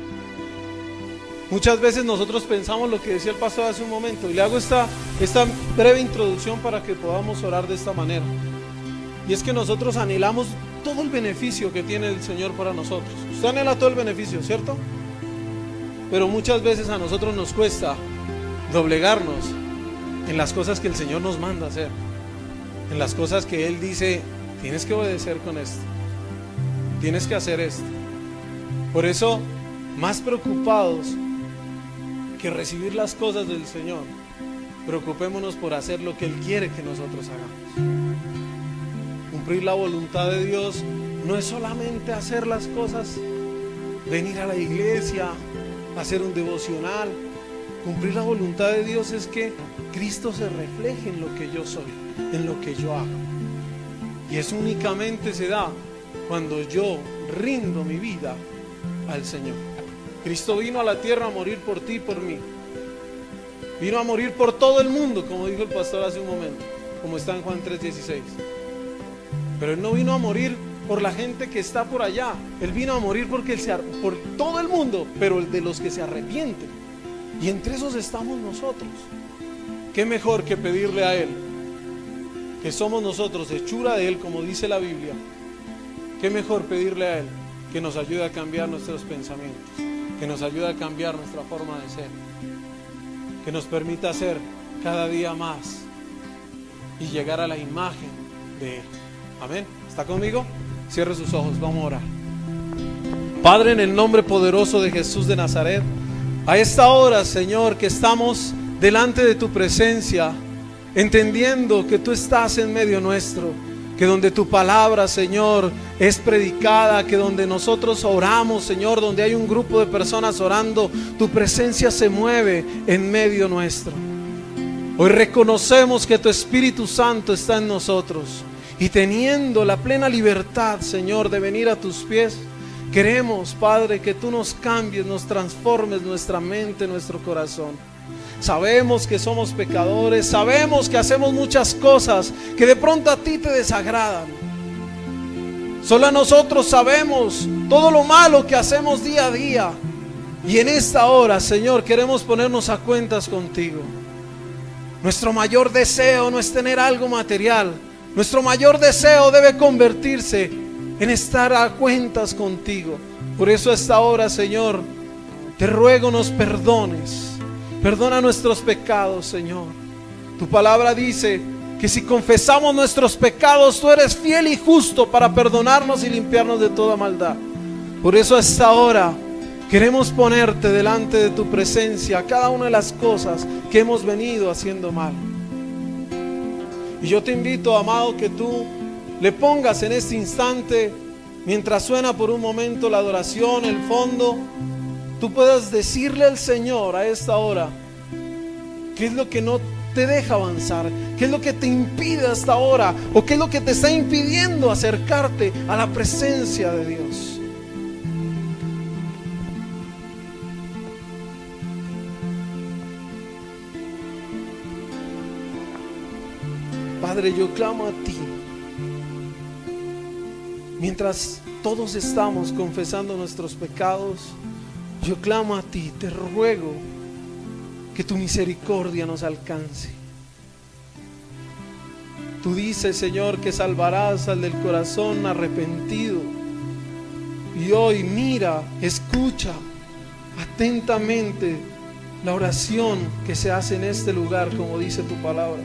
Muchas veces nosotros pensamos lo que decía el pastor hace un momento, y le hago esta breve introducción para que podamos orar de esta manera. Y es que nosotros anhelamos todo el beneficio que tiene el Señor para nosotros. Usted anhela todo el beneficio, ¿cierto? Pero muchas veces a nosotros nos cuesta doblegarnos en las cosas que el Señor nos manda hacer, en las cosas que Él dice, tienes que obedecer con esto, tienes que hacer esto. Por eso, más preocupados que recibir las cosas del Señor, preocupémonos por hacer lo que Él quiere que nosotros hagamos. Cumplir la voluntad de Dios no es solamente hacer las cosas, venir a la iglesia, hacer un devocional. Cumplir la voluntad de Dios es que Cristo se refleje en lo que yo soy, en lo que yo hago. Y eso únicamente se da cuando yo rindo mi vida al Señor. Cristo vino a la tierra a morir por ti y por mí. Vino a morir por todo el mundo, como dijo el pastor hace un momento, como está en Juan 3:16. Pero Él no vino a morir por la gente que está por allá. Él vino a morir por todo el mundo, pero el de los que se arrepienten. Y entre esos estamos nosotros. ¿Qué mejor que pedirle a Él, que somos nosotros hechura de Él, como dice la Biblia? ¿Qué mejor pedirle a Él que nos ayude a cambiar nuestros pensamientos, que nos ayude a cambiar nuestra forma de ser, que nos permita ser cada día más y llegar a la imagen de Él? Amén. ¿Está conmigo? Cierre sus ojos, vamos a orar. Padre, en el nombre poderoso de Jesús de Nazaret, a esta hora, Señor, que estamos delante de tu presencia, entendiendo que tú estás en medio nuestro, que donde tu palabra, Señor, es predicada, que donde nosotros oramos, Señor, donde hay un grupo de personas orando, tu presencia se mueve en medio nuestro. Hoy reconocemos que tu Espíritu Santo está en nosotros y teniendo la plena libertad, Señor, de venir a tus pies, queremos, Padre, que tú nos cambies, nos transformes nuestra mente, nuestro corazón. Sabemos que somos pecadores, sabemos que hacemos muchas cosas que de pronto a ti te desagradan. Solo nosotros sabemos todo lo malo que hacemos día a día. Y en esta hora, Señor, queremos ponernos a cuentas contigo. Nuestro mayor deseo no es tener algo material. Nuestro mayor deseo debe convertirse en estar a cuentas contigo. Por eso a esta hora, Señor, te ruego nos perdones. Perdona nuestros pecados, Señor. Tu palabra dice que si confesamos nuestros pecados, tú eres fiel y justo para perdonarnos y limpiarnos de toda maldad. Por eso a esta hora queremos ponerte delante de tu presencia cada una de las cosas que hemos venido haciendo mal. Y yo te invito, amado, que tú le pongas en este instante, mientras suena por un momento la adoración, el fondo, tú puedas decirle al Señor a esta hora qué es lo que no te deja avanzar, qué es lo que te impide hasta ahora, o qué es lo que te está impidiendo acercarte a la presencia de Dios. Padre, yo clamo a ti. Mientras todos estamos confesando nuestros pecados, yo clamo a ti, te ruego que tu misericordia nos alcance. Tú dices, Señor, que salvarás al del corazón arrepentido. Y hoy mira, escucha atentamente la oración que se hace en este lugar, como dice tu palabra.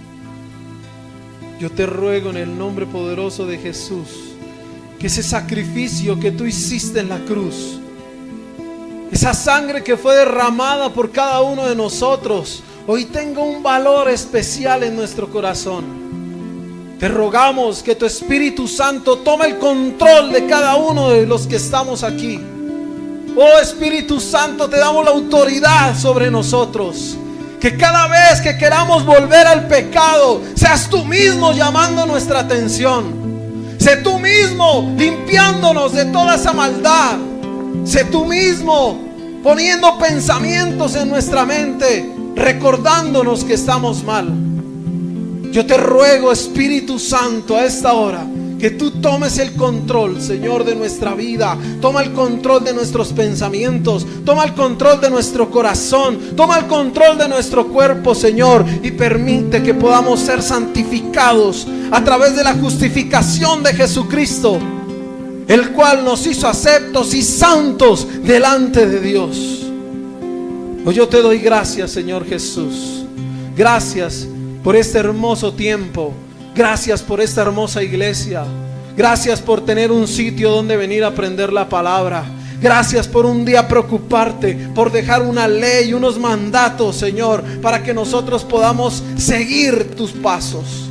Yo te ruego en el nombre poderoso de Jesús, que ese sacrificio que tú hiciste en la cruz, esa sangre que fue derramada por cada uno de nosotros, hoy tenga un valor especial en nuestro corazón. Te rogamos que tu Espíritu Santo tome el control de cada uno de los que estamos aquí. Oh Espíritu Santo, te damos la autoridad sobre nosotros. Que cada vez que queramos volver al pecado, seas tú mismo llamando nuestra atención. Sé tú mismo limpiándonos de toda esa maldad. Sé tú mismo poniendo pensamientos en nuestra mente, recordándonos que estamos mal. Yo te ruego, Espíritu Santo, a esta hora, que tú tomes el control, Señor, de nuestra vida. Toma el control de nuestros pensamientos, toma el control de nuestro corazón, toma el control de nuestro cuerpo, Señor, y permite que podamos ser santificados a través de la justificación de Jesucristo, el cual nos hizo aceptos y santos delante de Dios. Hoy yo te doy gracias, Señor Jesús. Gracias por este hermoso tiempo. Gracias por esta hermosa iglesia. Gracias por tener un sitio donde venir a aprender la palabra. Gracias por un día preocuparte, por dejar una ley, unos mandatos, Señor, para que nosotros podamos seguir tus pasos.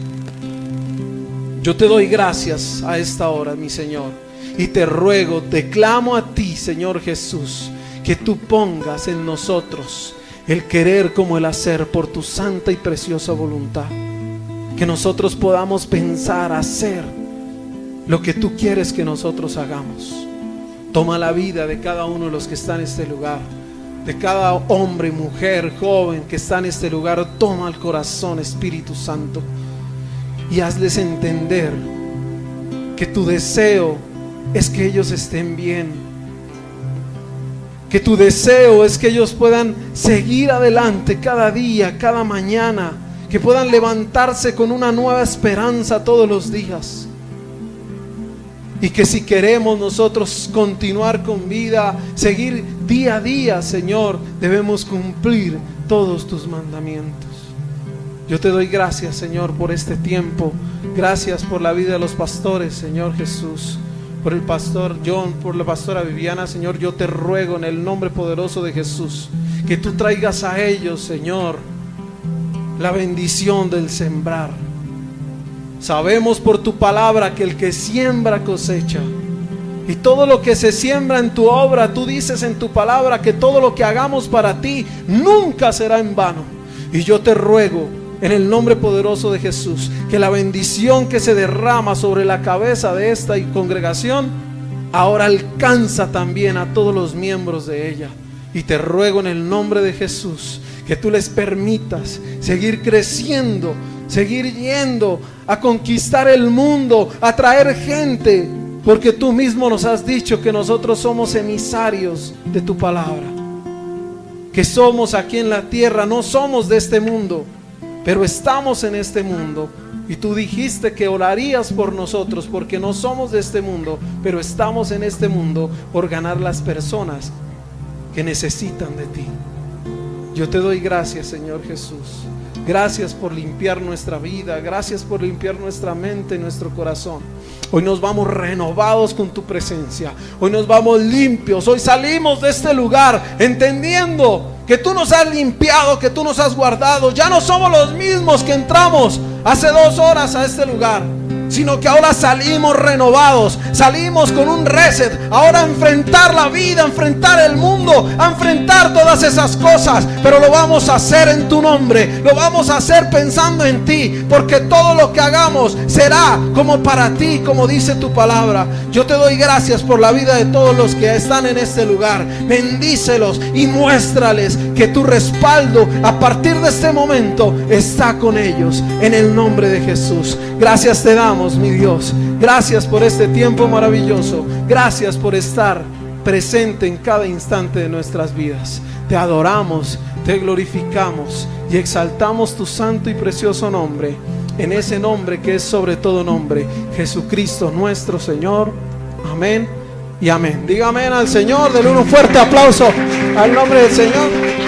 Yo te doy gracias a esta hora, mi Señor, y te ruego, te clamo a ti, Señor Jesús, que tú pongas en nosotros el querer como el hacer por tu santa y preciosa voluntad. Que nosotros podamos pensar, hacer lo que tú quieres que nosotros hagamos. Toma la vida de cada uno de los que están en este lugar, de cada hombre, mujer, joven que está en este lugar. Toma el corazón, Espíritu Santo, y hazles entender que tu deseo es que ellos estén bien, que tu deseo es que ellos puedan seguir adelante cada día, cada mañana, que puedan levantarse con una nueva esperanza todos los días. Y que si queremos nosotros continuar con vida, seguir día a día, Señor, debemos cumplir todos tus mandamientos. Yo te doy gracias, Señor, por este tiempo. Gracias por la vida de los pastores, Señor Jesús. Por el pastor John, por la pastora Viviana, Señor, yo te ruego en el nombre poderoso de Jesús que tú traigas a ellos, Señor, la bendición del sembrar. Sabemos por tu palabra que el que siembra cosecha. Y todo lo que se siembra en tu obra, tú dices en tu palabra que todo lo que hagamos para ti nunca será en vano. Y yo te ruego en el nombre poderoso de Jesús que la bendición que se derrama sobre la cabeza de esta congregación ahora alcanza también a todos los miembros de ella. Y te ruego en el nombre de Jesús que tú les permitas seguir creciendo, seguir yendo a conquistar el mundo, a traer gente, porque tú mismo nos has dicho que nosotros somos emisarios de tu palabra, que somos aquí en la tierra, no somos de este mundo, pero estamos en este mundo. Y tú dijiste que orarías por nosotros porque no somos de este mundo, pero estamos en este mundo por ganar las personas que necesitan de ti. Yo te doy gracias, Señor Jesús. Gracias por limpiar nuestra vida. Gracias por limpiar nuestra mente y nuestro corazón. Hoy nos vamos renovados con tu presencia. Hoy nos vamos limpios. Hoy salimos de este lugar entendiendo que tú nos has limpiado, que tú nos has guardado. Ya no somos los mismos que entramos hace 2 horas a este lugar, sino que ahora salimos renovados, salimos con un reset, ahora a enfrentar la vida, a enfrentar el mundo, a enfrentar todas esas cosas, pero lo vamos a hacer en tu nombre, lo vamos a hacer pensando en ti, porque todo lo que hagamos será como para ti, como dice tu palabra. Yo te doy gracias por la vida de todos los que están en este lugar. Bendícelos y muéstrales que tu respaldo a partir de este momento está con ellos, en el nombre de Jesús. Gracias te damos, mi Dios. Gracias por este tiempo maravilloso. Gracias por estar presente en cada instante de nuestras vidas. Te adoramos, te glorificamos y exaltamos tu santo y precioso nombre, en ese nombre que es sobre todo nombre, Jesucristo nuestro Señor. Amén y amén. Diga amén al Señor. Denle un fuerte aplauso al nombre del Señor.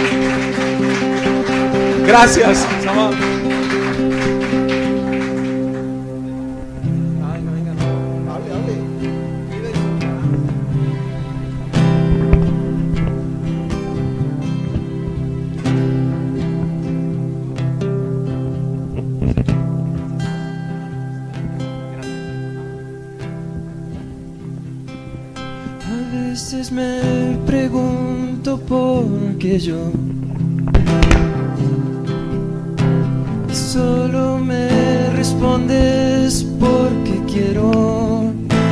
Gracias, amados. Me pregunto por qué yo solo me respondes porque quiero.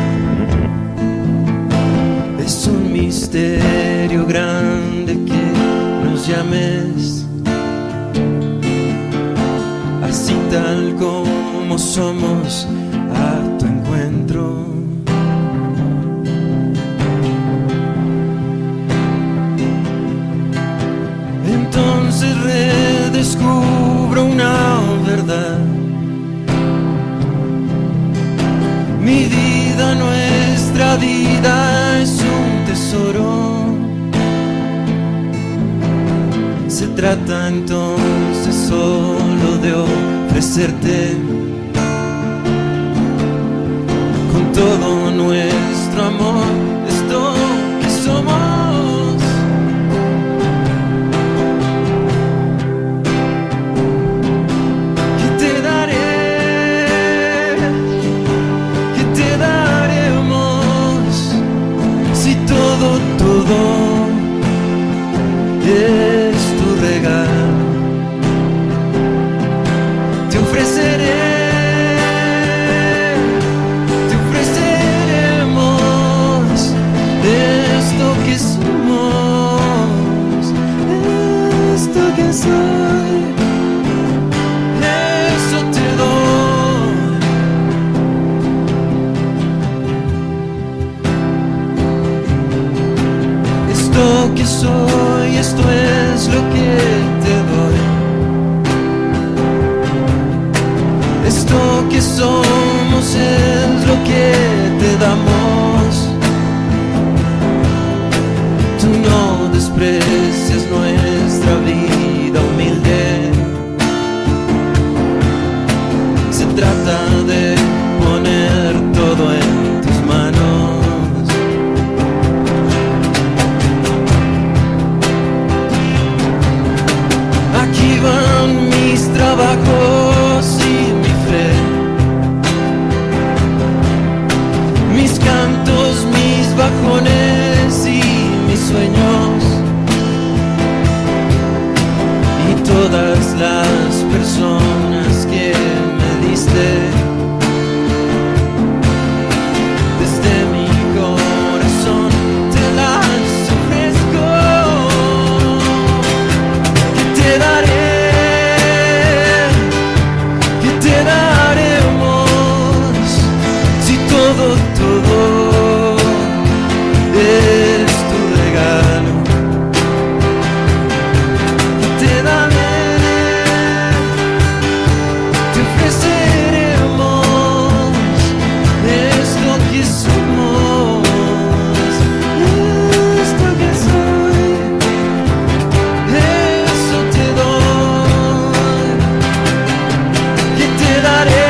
Es un misterio grande que nos llames así tal como somos a tu encuentro. Entonces redescubro una verdad. Mi vida, nuestra vida es un tesoro. Se trata entonces solo de ofrecerte con todo nuestro amor esto que somos. Todo es tu regalo. Te ofreceremos esto que somos, esto que soy, eso te doy. Esto que soy, esto es lo que te doy. Esto que somos es lo que te damos. Tú no desprecias nuestra vida humilde. todas las personas que me diste. Desde mi corazón te las ofrezco. Que te daré, que te daremos, si todo es tu regalo. Que te daré, te ofreceremos, es lo que somos, es lo que soy, eso te doy. Que te daré,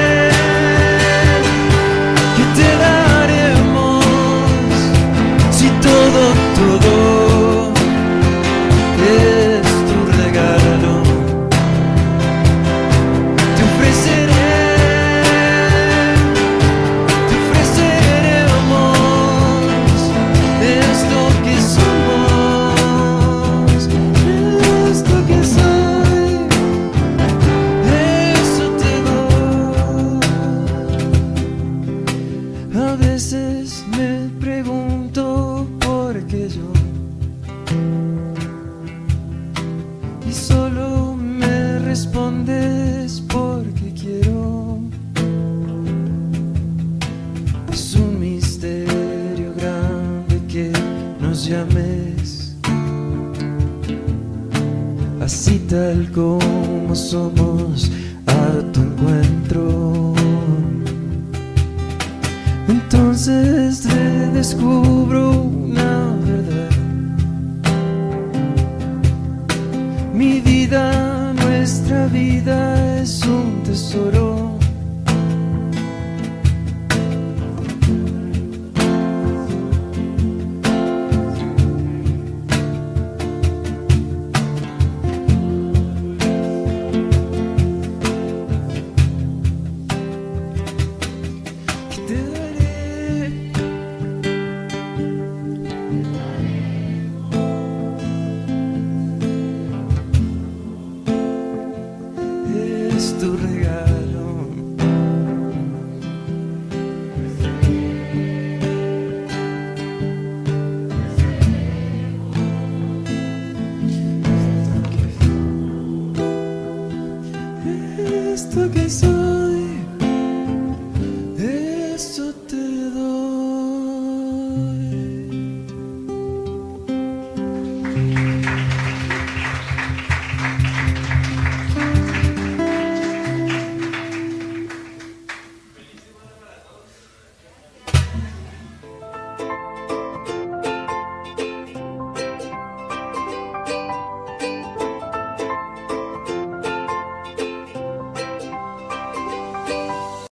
que te daremos, si todo es tu regalo. Te ofreceré, te ofreceremos, es lo que somos, es lo que soy, eso te doy. A veces me pregunto por qué yo, y solo me respondes porque quiero. Es un misterio grande que nos llames así tal como somos a tu encuentro. Entonces descubro una verdad. Mi vida, nuestra vida es un tesoro. Que te daré, es tu regalo. Esto que soy.